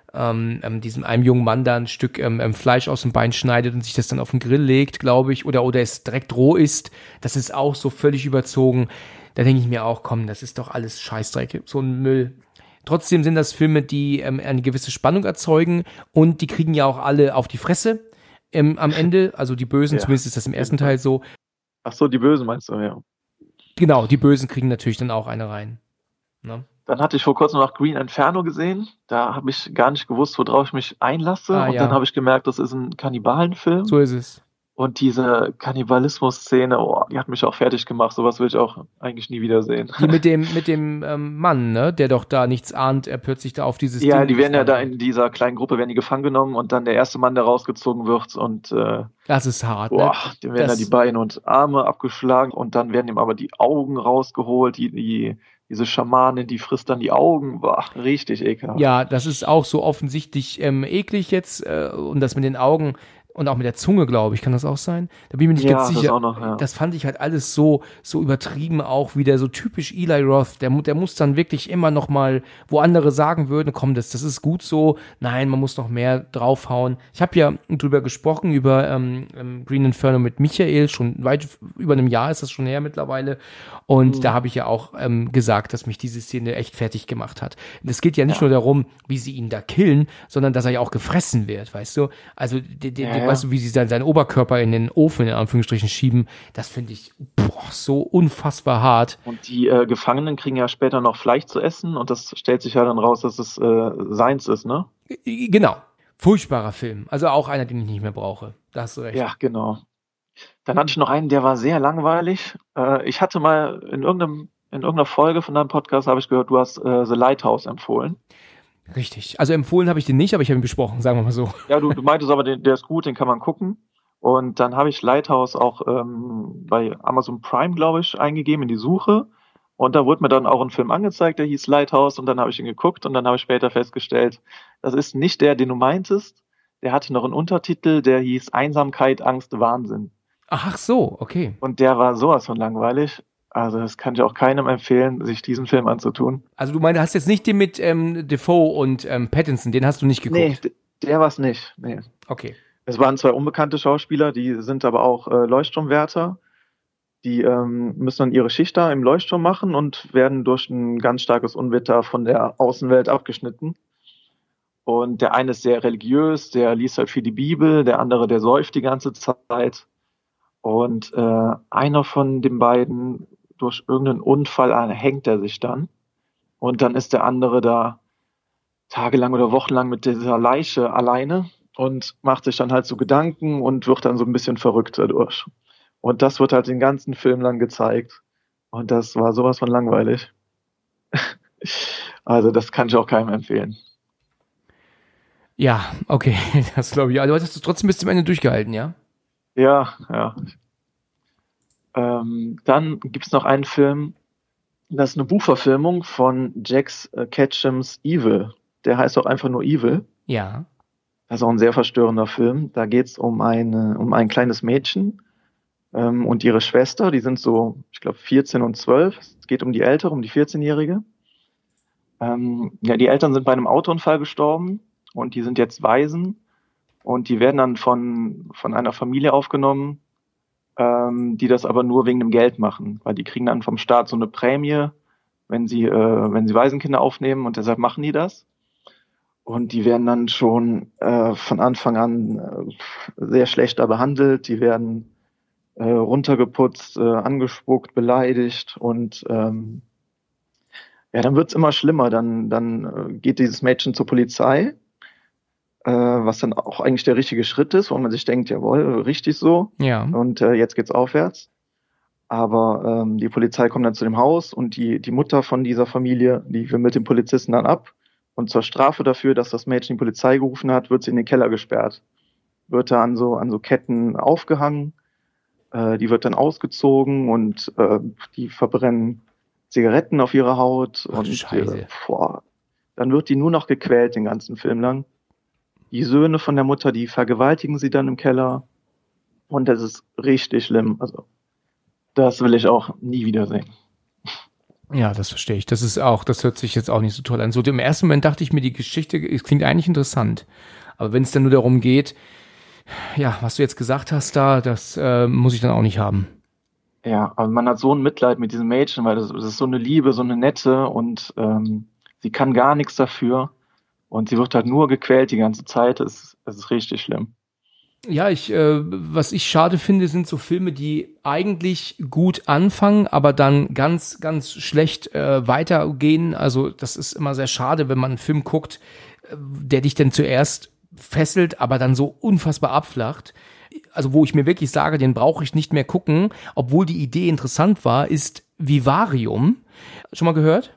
ähm, ähm, diesem einem jungen Mann da ein Stück ähm, ähm, Fleisch aus dem Bein schneidet und sich das dann auf den Grill legt, glaube ich, oder, oder es direkt roh isst. Das ist auch so völlig überzogen. Da denke ich mir auch, komm, das ist doch alles Scheißdreck, so ein Müll. Trotzdem sind das Filme, die ähm, eine gewisse Spannung erzeugen und die kriegen ja auch alle auf die Fresse ähm, am Ende, also die Bösen, Ja, zumindest ist das im ersten Teil so. Ach so, die Bösen meinst du, ja. Genau, die Bösen kriegen natürlich dann auch eine rein. Ne? Dann hatte ich vor kurzem noch Green Inferno gesehen. Da habe ich gar nicht gewusst, worauf ich mich einlasse. Ah, und ja. dann habe ich gemerkt, das ist ein Kannibalenfilm. So ist es. Und diese Kannibalismus-Szene, oh, die hat mich auch fertig gemacht. Sowas will ich auch eigentlich nie wiedersehen. Die mit dem, mit dem ähm, Mann, ne, der doch da nichts ahnt, er plötzlich da auf dieses Ja, Ding die werden ja da gespannt in dieser kleinen Gruppe werden die gefangen genommen und dann der erste Mann, der rausgezogen wird und äh, Das ist hart, boah, ne? dem werden Das- da die Beine und Arme abgeschlagen und dann werden ihm aber die Augen rausgeholt. Die, die, diese Schamanin, die frisst dann die Augen. Boah, richtig ekelhaft. Ja, das ist auch so offensichtlich ähm, eklig jetzt äh, und das mit den Augen und auch mit der Zunge, glaube ich, kann das auch sein? Da bin ich mir nicht Ja, ganz das sicher. auch noch, ja. Das fand ich halt alles so so übertrieben auch wieder, so typisch Eli Roth. Der, mu- der muss dann wirklich immer noch mal, wo andere sagen würden, komm, das, das ist gut so. Nein, man muss noch mehr draufhauen. Ich habe ja drüber gesprochen, über ähm, ähm, Green Inferno mit Michael, schon weit über einem Jahr ist das schon her mittlerweile. Und Mhm. da habe ich ja auch ähm, gesagt, dass mich diese Szene echt fertig gemacht hat. Es geht ja nicht Ja. nur darum, wie sie ihn da killen, sondern dass er ja auch gefressen wird, weißt du? Also, die, die, Ja, die, ja. weißt du, wie sie seinen, seinen Oberkörper in den Ofen, in Anführungsstrichen, schieben, das finde ich boah, so unfassbar hart. Und die äh, Gefangenen kriegen ja später noch Fleisch zu essen und das stellt sich ja dann raus, dass es äh, seins ist, ne? I- Genau. Furchtbarer Film. Also auch einer, den ich nicht mehr brauche. Da hast du recht. Ja, genau. Dann hatte ich noch einen, der war sehr langweilig. Äh, ich hatte mal in irgendeinem, in irgendeiner Folge von deinem Podcast habe ich gehört, du hast äh, The Lighthouse empfohlen. Richtig. Also empfohlen habe ich den nicht, aber ich habe ihn besprochen, sagen wir mal so. Ja, du, du meintest aber, den, der ist gut, den kann man gucken. Und dann habe ich Lighthouse auch ähm, bei Amazon Prime, glaube ich, eingegeben in die Suche. Und da wurde mir dann auch ein Film angezeigt, der hieß Lighthouse. Und dann habe ich ihn geguckt und dann habe ich später festgestellt, das ist nicht der, den du meintest. Der hatte noch einen Untertitel, der hieß Einsamkeit, Angst, Wahnsinn. Ach so, okay. Und der war sowas von langweilig. Also das kann ich auch keinem empfehlen, sich diesen Film anzutun. Also du meinst, hast jetzt nicht den mit ähm, Defoe und ähm, Pattinson, den hast du nicht geguckt? Nee, d- der war's nicht. Nee. Okay. Es waren zwei unbekannte Schauspieler, die sind aber auch äh, Leuchtturmwärter. Die ähm, müssen dann ihre Schicht da im Leuchtturm machen und werden durch ein ganz starkes Unwetter von der Außenwelt abgeschnitten. Und der eine ist sehr religiös, der liest halt viel die Bibel, der andere, der säuft die ganze Zeit. Und äh, einer von den beiden, durch irgendeinen Unfall äh, hängt er sich dann. Und dann ist der andere da tagelang oder wochenlang mit dieser Leiche alleine und macht sich dann halt so Gedanken und wird dann so ein bisschen verrückt dadurch. Und das wird halt den ganzen Film lang gezeigt. Und das war sowas von langweilig. Also das kann ich auch keinem empfehlen. Ja, okay, das glaube ich. Aber du hast es trotzdem bis zum Ende durchgehalten, ja? Ja, ja. Ähm, dann gibt's noch einen Film, das ist eine Buchverfilmung von Jack äh, Ketchums Evil. Der heißt auch einfach nur Evil. Ja. Das ist auch ein sehr verstörender Film. Da geht's um eine, um ein kleines Mädchen ähm, und ihre Schwester. Die sind so, ich glaube, vierzehn und zwölf. Es geht um die Ältere, um die vierzehnjährige. Ähm, ja, die Eltern sind bei einem Autounfall gestorben und die sind jetzt Waisen und die werden dann von, von einer Familie aufgenommen, ähm, die das aber nur wegen dem Geld machen, weil die kriegen dann vom Staat so eine Prämie, wenn sie, äh, wenn sie Waisenkinder aufnehmen und deshalb machen die das. Und die werden dann schon äh, von Anfang an äh, sehr schlechter behandelt, die werden äh, runtergeputzt, äh, angespuckt, beleidigt und ähm, ja, dann wird's immer schlimmer. Dann, dann äh, geht dieses Mädchen zur Polizei, äh, was dann auch eigentlich der richtige Schritt ist, wo man sich denkt, jawohl, richtig so. Ja. Und äh, jetzt geht's aufwärts. Aber ähm, die Polizei kommt dann zu dem Haus und die, die Mutter von dieser Familie, die will mit dem Polizisten dann ab. Und zur Strafe dafür, dass das Mädchen die Polizei gerufen hat, wird sie in den Keller gesperrt. Wird da an so, an so Ketten aufgehangen. Äh, die wird dann ausgezogen und äh, die verbrennen Zigaretten auf ihrer Haut. Ach du und Scheiße. Äh, boah, dann wird die nur noch gequält den ganzen Film lang. Die Söhne von der Mutter, die vergewaltigen sie dann im Keller. Und das ist richtig schlimm. Also, das will ich auch nie wiedersehen. Ja, das verstehe ich. Das ist auch, das hört sich jetzt auch nicht so toll an. So im ersten Moment dachte ich mir, die Geschichte, es klingt eigentlich interessant. Aber wenn es dann nur darum geht, ja, was du jetzt gesagt hast da, das äh, muss ich dann auch nicht haben. Ja, aber man hat so ein Mitleid mit diesem Mädchen, weil das, das ist so eine Liebe, so eine nette und ähm, sie kann gar nichts dafür und sie wird halt nur gequält die ganze Zeit. Das, ist- das ist richtig schlimm. Ja, ich, äh, was ich schade finde, sind so Filme, die eigentlich gut anfangen, aber dann ganz, ganz schlecht äh, weitergehen. Also das ist immer sehr schade, wenn man einen Film guckt, äh, der dich dann zuerst fesselt, aber dann so unfassbar abflacht. Also wo ich mir wirklich sage, den brauche ich nicht mehr gucken, obwohl die Idee interessant war, ist Vivarium. Schon mal gehört?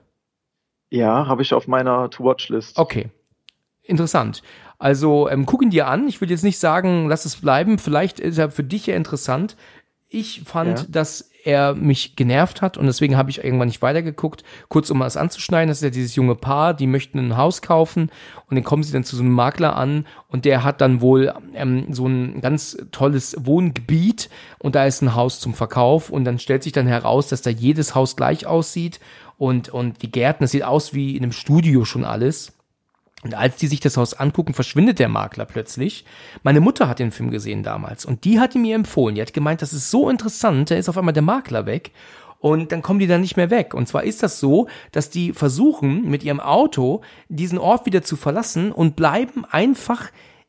Ja, habe ich auf meiner To-Watch-List. Okay. Interessant. Also ähm, guck ihn dir an. Ich will jetzt nicht sagen, lass es bleiben. Vielleicht ist er für dich ja interessant. Ich fand, Ja. dass er mich genervt hat und deswegen habe ich irgendwann nicht weitergeguckt. Kurz, um das anzuschneiden, das ist ja dieses junge Paar, die möchten ein Haus kaufen und dann kommen sie dann zu so einem Makler an und der hat dann wohl ähm, so ein ganz tolles Wohngebiet und da ist ein Haus zum Verkauf und dann stellt sich dann heraus, dass da jedes Haus gleich aussieht und, und die Gärten, das sieht aus wie in einem Studio schon alles. Und als die sich das Haus angucken, verschwindet der Makler plötzlich. Meine Mutter hat den Film gesehen damals und die hat ihn mir empfohlen. Die hat gemeint, das ist so interessant, da ist auf einmal der Makler weg und dann kommen die dann nicht mehr weg. Und zwar ist das so, dass die versuchen, mit ihrem Auto diesen Ort wieder zu verlassen und bleiben einfach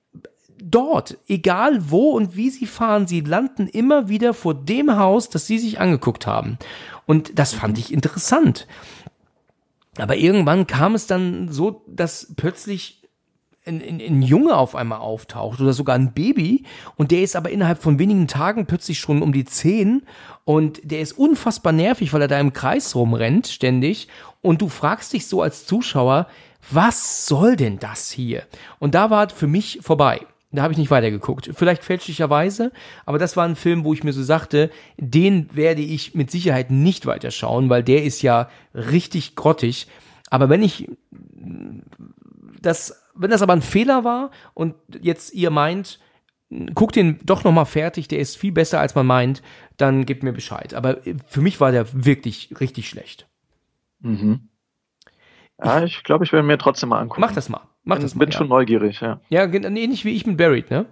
dort, egal wo und wie sie fahren, sie landen immer wieder vor dem Haus, das sie sich angeguckt haben. Und das fand ich interessant. Aber irgendwann kam es dann so, dass plötzlich ein, ein, ein Junge auf einmal auftaucht oder sogar ein Baby und der ist aber innerhalb von wenigen Tagen plötzlich schon um die zehn und der ist unfassbar nervig, weil er da im Kreis rumrennt ständig und du fragst dich so als Zuschauer, was soll denn das hier? Und da war es für mich vorbei. Da habe ich nicht weitergeguckt. Vielleicht fälschlicherweise, aber das war ein Film, wo ich mir so sagte, den werde ich mit Sicherheit nicht weiterschauen, weil der ist ja richtig grottig. Aber wenn ich das, wenn das aber ein Fehler war und jetzt ihr meint, guckt den doch nochmal fertig, der ist viel besser als man meint, dann gebt mir Bescheid. Aber für mich war der wirklich richtig schlecht. Mhm. Ja, ich glaube, ich werde mir trotzdem mal angucken. Mach das mal. Mach bin das mal. bin schon neugierig, ja. Ja, ja, ähnlich wie ich mit Buried, ne?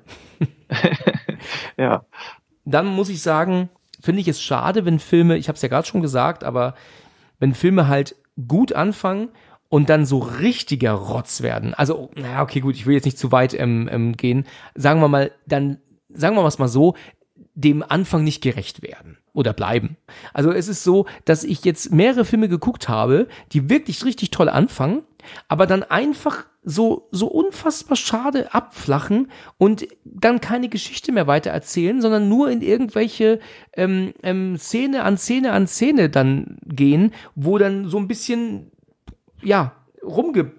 Ja. Dann muss ich sagen, finde ich es schade, wenn Filme, ich habe es ja gerade schon gesagt, aber wenn Filme halt gut anfangen und dann so richtiger Rotz werden. Also, naja, okay, gut, ich will jetzt nicht zu weit ähm, ähm, gehen. Sagen wir mal, dann, sagen wir mal so, dem Anfang nicht gerecht werden oder bleiben. Also es ist so, dass ich jetzt mehrere Filme geguckt habe, die wirklich richtig toll anfangen, aber dann einfach so so unfassbar schade abflachen und dann keine Geschichte mehr weiter erzählen, sondern nur in irgendwelche ähm, ähm, Szene an Szene an Szene dann gehen, wo dann so ein bisschen ja rumge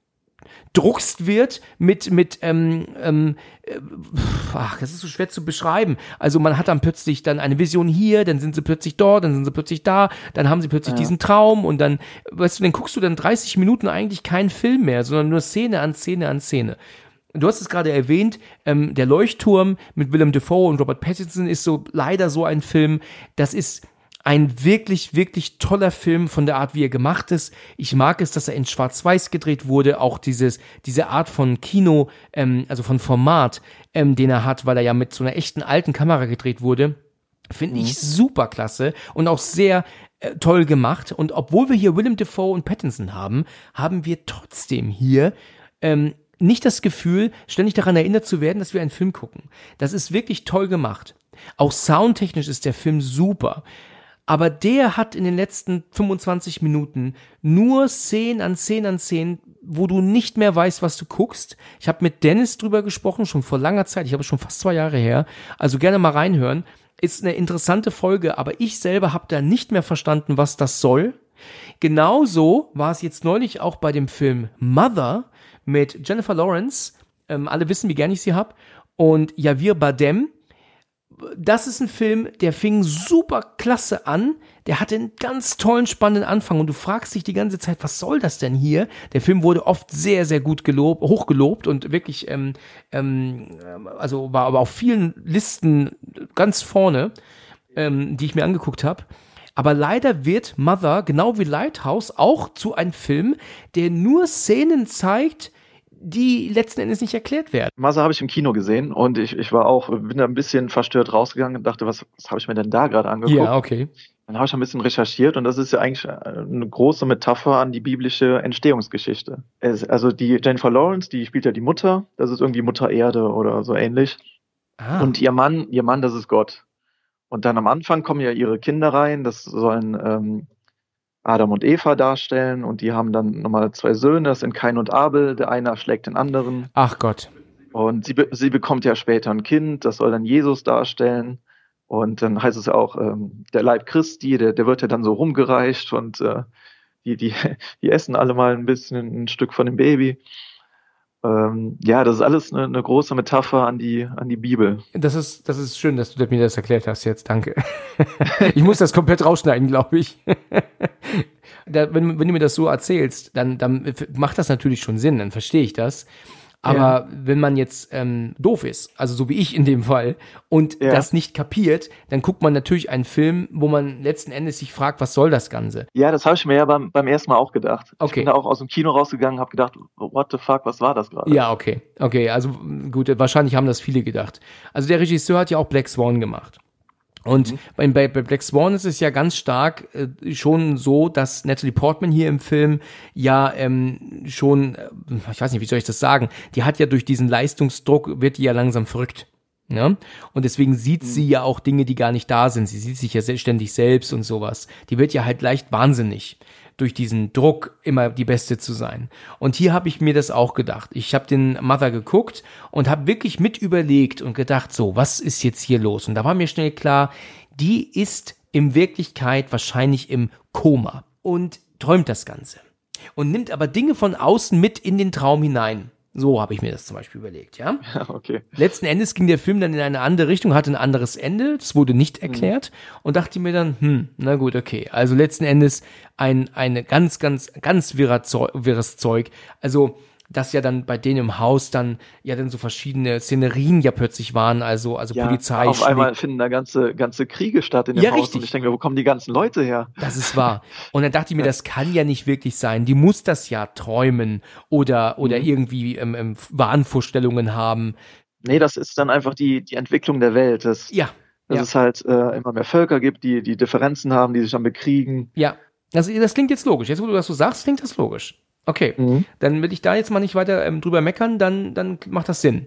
druckst wird mit, mit, ähm, ähm, äh, ach, das ist so schwer zu beschreiben. Also man hat dann plötzlich dann eine Vision hier, dann sind sie plötzlich dort, dann sind sie plötzlich da, dann haben sie plötzlich Ja. diesen Traum und dann, weißt du, dann guckst du dann dreißig Minuten eigentlich keinen Film mehr, sondern nur Szene an Szene an Szene. Du hast es gerade erwähnt, ähm, der Leuchtturm mit Willem Dafoe und Robert Pattinson ist so leider so ein Film, das ist ein wirklich, wirklich toller Film von der Art, wie er gemacht ist. Ich mag es, dass er in Schwarz-Weiß gedreht wurde, auch dieses, diese Art von Kino, ähm, also von Format, ähm, den er hat, weil er ja mit so einer echten alten Kamera gedreht wurde. Finde ich super klasse und auch sehr äh, toll gemacht. Und obwohl wir hier Willem Dafoe und Pattinson haben, haben wir trotzdem hier ähm, nicht das Gefühl, ständig daran erinnert zu werden, dass wir einen Film gucken. Das ist wirklich toll gemacht. Auch soundtechnisch ist der Film super. Aber der hat in den letzten fünfundzwanzig Minuten nur Szenen an Szenen an Szenen, wo du nicht mehr weißt, was du guckst. Ich habe mit Dennis drüber gesprochen, schon vor langer Zeit. Ich habe es schon fast zwei Jahre her. Also gerne mal reinhören. Ist eine interessante Folge, aber ich selber habe da nicht mehr verstanden, was das soll. Genauso war es jetzt neulich auch bei dem Film Mother mit Jennifer Lawrence. Ähm, alle wissen, wie gern ich sie hab. Und Javier Bardem. Das ist ein Film, der fing super klasse an, der hatte einen ganz tollen, spannenden Anfang und du fragst dich die ganze Zeit, was soll das denn hier? Der Film wurde oft sehr, sehr gut gelobt, hochgelobt und wirklich, ähm, ähm, also war aber auf vielen Listen ganz vorne, ähm, die ich mir angeguckt habe. Aber leider wird Mother, genau wie Lighthouse, auch zu einem Film, der nur Szenen zeigt, die letzten Endes nicht erklärt werden. Mother habe ich im Kino gesehen und ich, ich war auch, bin da ein bisschen verstört rausgegangen und dachte, was, was habe ich mir denn da gerade angeguckt? Ja, okay. Dann habe ich ein bisschen recherchiert und das ist ja eigentlich eine große Metapher an die biblische Entstehungsgeschichte. Es, also die Jennifer Lawrence, die spielt ja die Mutter, das ist irgendwie Mutter Erde oder so ähnlich. Ah. Und ihr Mann, ihr Mann, das ist Gott. Und dann am Anfang kommen ja ihre Kinder rein, das sollen ähm, Adam und Eva darstellen und die haben dann nochmal zwei Söhne, das sind Kain und Abel, der eine schlägt den anderen. Ach Gott. Und sie, be- sie bekommt ja später ein Kind, das soll dann Jesus darstellen. Und dann heißt es ja auch, ähm, der Leib Christi, der, der wird ja dann so rumgereicht und äh, die, die, die essen alle mal ein bisschen ein Stück von dem Baby. Ähm, ja, das ist alles eine, eine große Metapher an die, an die Bibel. Das ist, das ist schön, dass du mir das erklärt hast jetzt. Danke. Ich muss das komplett rausschneiden, glaube ich. Da, wenn, wenn du mir das so erzählst, dann, dann macht das natürlich schon Sinn, dann verstehe ich das. Aber ja. wenn man jetzt ähm, doof ist, also so wie ich in dem Fall, und ja. das nicht kapiert, dann guckt man natürlich einen Film, wo man letzten Endes sich fragt, was soll das Ganze? Ja, das habe ich mir ja beim, beim ersten Mal auch gedacht. Okay. Ich bin da auch aus dem Kino rausgegangen, habe gedacht, what the fuck, was war das gerade? Ja, okay. Okay, also gut, wahrscheinlich haben das viele gedacht. Also der Regisseur hat ja auch Black Swan gemacht. Und mhm. bei, bei Black Swan ist es ja ganz stark äh, schon so, dass Natalie Portman hier im Film ja ähm, schon, äh, ich weiß nicht, wie soll ich das sagen, die hat ja durch diesen Leistungsdruck, wird die ja langsam verrückt. Ja? Und deswegen sieht mhm. sie ja auch Dinge, die gar nicht da sind. Sie sieht sich ja ständig selbst und sowas. Die wird ja halt leicht wahnsinnig durch diesen Druck, immer die Beste zu sein. Und hier habe ich mir das auch gedacht. Ich habe den Mother geguckt und habe wirklich mit überlegt und gedacht, so, was ist jetzt hier los? Und da war mir schnell klar, die ist in Wirklichkeit wahrscheinlich im Koma und träumt das Ganze. Und nimmt aber Dinge von außen mit in den Traum hinein. So habe ich mir das zum Beispiel überlegt, ja. Ja, okay. Letzten Endes ging der Film dann in eine andere Richtung, hatte ein anderes Ende, das wurde nicht erklärt mhm. und dachte mir dann, hm, na gut, okay. Also letzten Endes ein eine ganz, ganz, ganz wirrer Zeug, wirres Zeug. Also dass ja dann bei denen im Haus dann ja dann so verschiedene Szenerien ja plötzlich waren, also also ja, Polizei. Auf einmal finden da ganze ganze Kriege statt in dem ja, Haus richtig. Und ich denke mir, wo kommen die ganzen Leute her? Das ist wahr. Und dann dachte ich mir, das kann ja nicht wirklich sein. Die muss das ja träumen oder oder mhm. irgendwie ähm, ähm, Wahnvorstellungen haben. Nee, das ist dann einfach die die Entwicklung der Welt. Das, ja. Dass ja. es halt äh, immer mehr Völker gibt, die die Differenzen haben, die sich dann bekriegen. Ja. Das, das klingt jetzt logisch. Jetzt, wo du das so sagst, klingt das logisch. Okay, mhm. dann will ich da jetzt mal nicht weiter ähm, drüber meckern, dann, dann macht das Sinn.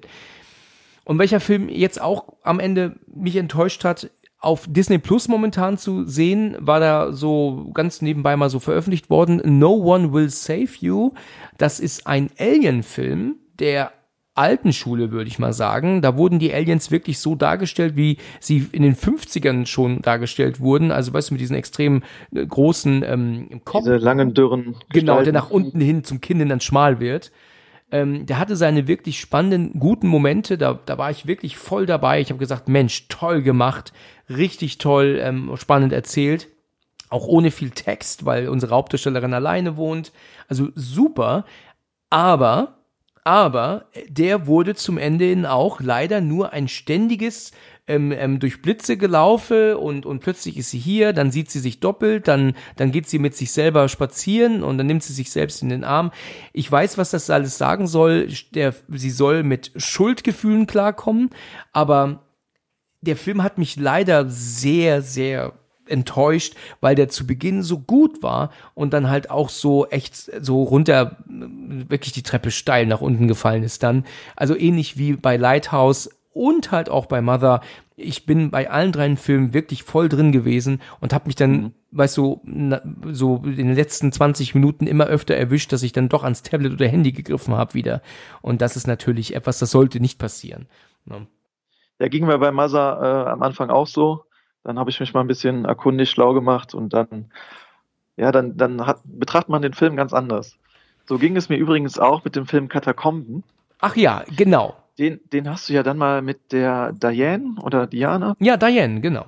Und welcher Film jetzt auch am Ende mich enttäuscht hat, auf Disney Plus momentan zu sehen, war da so ganz nebenbei mal so veröffentlicht worden, No One Will Save You. Das ist ein Alien-Film, der alten Schule, würde ich mal sagen. Da wurden die Aliens wirklich so dargestellt, wie sie in den fünfzigern schon dargestellt wurden. Also, weißt du, mit diesen extrem äh, großen ähm, Kopf. Diese langen, dürren Genau, der nach unten hin zum Kinn dann schmal wird. Ähm, der hatte seine wirklich spannenden, guten Momente. Da, da war ich wirklich voll dabei. Ich habe gesagt, Mensch, toll gemacht. Richtig toll, ähm, spannend erzählt. Auch ohne viel Text, weil unsere Hauptdarstellerin alleine wohnt. Also super. Aber... Aber der wurde zum Ende hin auch leider nur ein ständiges ähm, ähm, durch Blitze gelaufen und und plötzlich ist sie hier, dann sieht sie sich doppelt, dann dann geht sie mit sich selber spazieren und dann nimmt sie sich selbst in den Arm. Ich weiß, was das alles sagen soll. Der, sie soll mit Schuldgefühlen klarkommen, aber der Film hat mich leider sehr, sehr enttäuscht, weil der zu Beginn so gut war und dann halt auch so echt so runter, wirklich die Treppe steil nach unten gefallen ist dann. Also ähnlich wie bei Lighthouse und halt auch bei Mother. Ich bin bei allen drei Filmen wirklich voll drin gewesen und habe mich dann, mhm. weißt du, na, so in den letzten zwanzig Minuten immer öfter erwischt, dass ich dann doch ans Tablet oder Handy gegriffen habe wieder. Und das ist natürlich etwas, das sollte nicht passieren. Ja, ja ging mir bei Mother äh, am Anfang auch so. Dann habe ich mich mal ein bisschen erkundigt, schlau gemacht und dann, ja, dann, dann hat, betrachtet man den Film ganz anders. So ging es mir übrigens auch mit dem Film Katakomben. Ach ja, genau. Den, den hast du ja dann mal mit der Diane oder Diana. Ja, Diane, genau.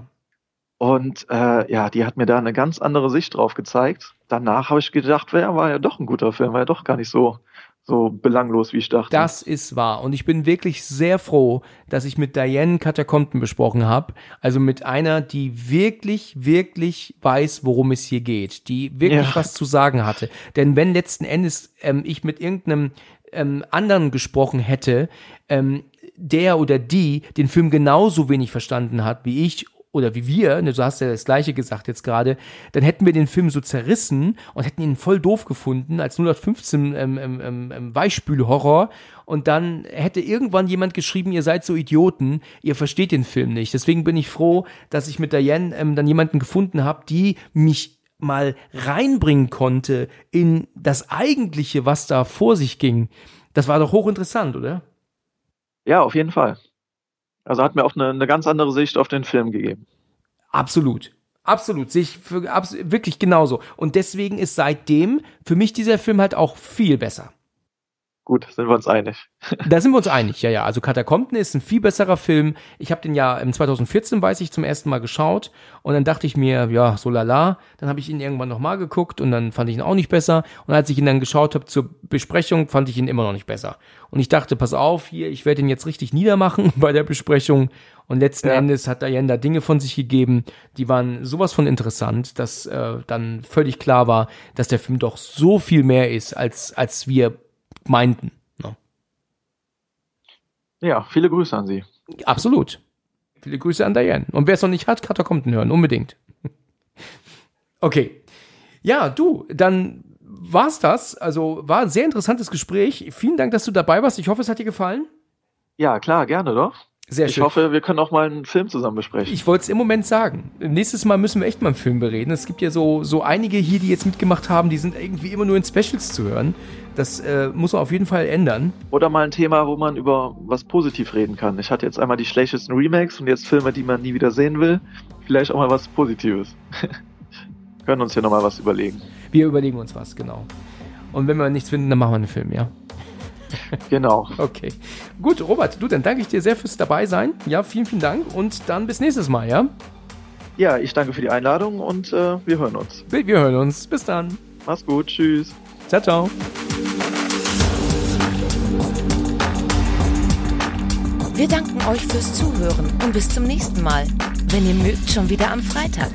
Und äh, ja, die hat mir da eine ganz andere Sicht drauf gezeigt. Danach habe ich gedacht, ja, war ja doch ein guter Film, war ja doch gar nicht so, so belanglos, wie ich dachte. Das ist wahr. Und ich bin wirklich sehr froh, dass ich mit Diane Katakompten besprochen habe. Also mit einer, die wirklich, wirklich weiß, worum es hier geht. Die wirklich Ja. was zu sagen hatte. Denn wenn letzten Endes ähm, ich mit irgendeinem ähm, anderen gesprochen hätte, ähm, der oder die den Film genauso wenig verstanden hat wie ich oder wie wir, ne, du hast ja das Gleiche gesagt jetzt gerade, dann hätten wir den Film so zerrissen und hätten ihn voll doof gefunden als null acht fünfzehn ähm, ähm, ähm, Weichspül-Horror und dann hätte irgendwann jemand geschrieben, ihr seid so Idioten, ihr versteht den Film nicht. Deswegen bin ich froh, dass ich mit Diane ähm, dann jemanden gefunden habe, die mich mal reinbringen konnte in das Eigentliche, was da vor sich ging. Das war doch hochinteressant, oder? Ja, auf jeden Fall. Also hat mir auch eine, eine ganz andere Sicht auf den Film gegeben. Absolut. Absolut. Sehe ich für, abs- wirklich genauso. Und deswegen ist seitdem für mich dieser Film halt auch viel besser. Gut, sind wir uns einig. Da sind wir uns einig, ja, ja. Also Katakompten ist ein viel besserer Film. Ich habe den ja im zwanzig vierzehn, weiß ich, zum ersten Mal geschaut. Und dann dachte ich mir, ja, so lala. Dann habe ich ihn irgendwann nochmal geguckt und dann fand ich ihn auch nicht besser. Und als ich ihn dann geschaut habe zur Besprechung, fand ich ihn immer noch nicht besser. Und ich dachte, pass auf, hier, ich werde ihn jetzt richtig niedermachen bei der Besprechung. Und letzten Ja. Endes hat Diane da Dinge von sich gegeben, die waren sowas von interessant, dass äh, dann völlig klar war, dass der Film doch so viel mehr ist, als, als wir meinten. Ne? Ja, viele Grüße an Sie. Absolut. Viele Grüße an Diane. Und wer es noch nicht hat, Katakompten hören, unbedingt. Okay. Ja, du, dann war's das. Also war ein sehr interessantes Gespräch. Vielen Dank, dass du dabei warst. Ich hoffe, es hat dir gefallen. Ja, klar, gerne doch. Sehr Ich schön. hoffe, wir können auch mal einen Film zusammen besprechen. Ich wollte es im Moment sagen. Nächstes Mal müssen wir echt mal einen Film bereden. Es gibt ja so, so einige hier, die jetzt mitgemacht haben, die sind irgendwie immer nur in Specials zu hören. Das äh, muss man auf jeden Fall ändern. Oder mal ein Thema, wo man über was positiv reden kann. Ich hatte jetzt einmal die schlechtesten Remakes und jetzt Filme, die man nie wieder sehen will. Vielleicht auch mal was Positives. Können uns hier nochmal was überlegen. Wir überlegen uns was, genau. Und wenn wir nichts finden, dann machen wir einen Film, ja? Genau. Okay. Gut, Robert, du, dann danke ich dir sehr fürs Dabeisein. Ja, vielen, vielen Dank und dann bis nächstes Mal, ja? Ja, ich danke für die Einladung und äh, wir hören uns. Wir wir hören uns. Bis dann. Mach's gut, tschüss. Ciao, ciao. Wir danken euch fürs Zuhören und bis zum nächsten Mal. Wenn ihr mögt, schon wieder am Freitag.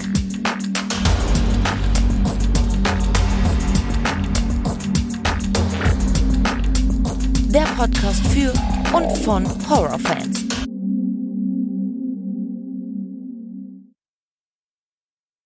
Der Podcast für und von Horrorfans.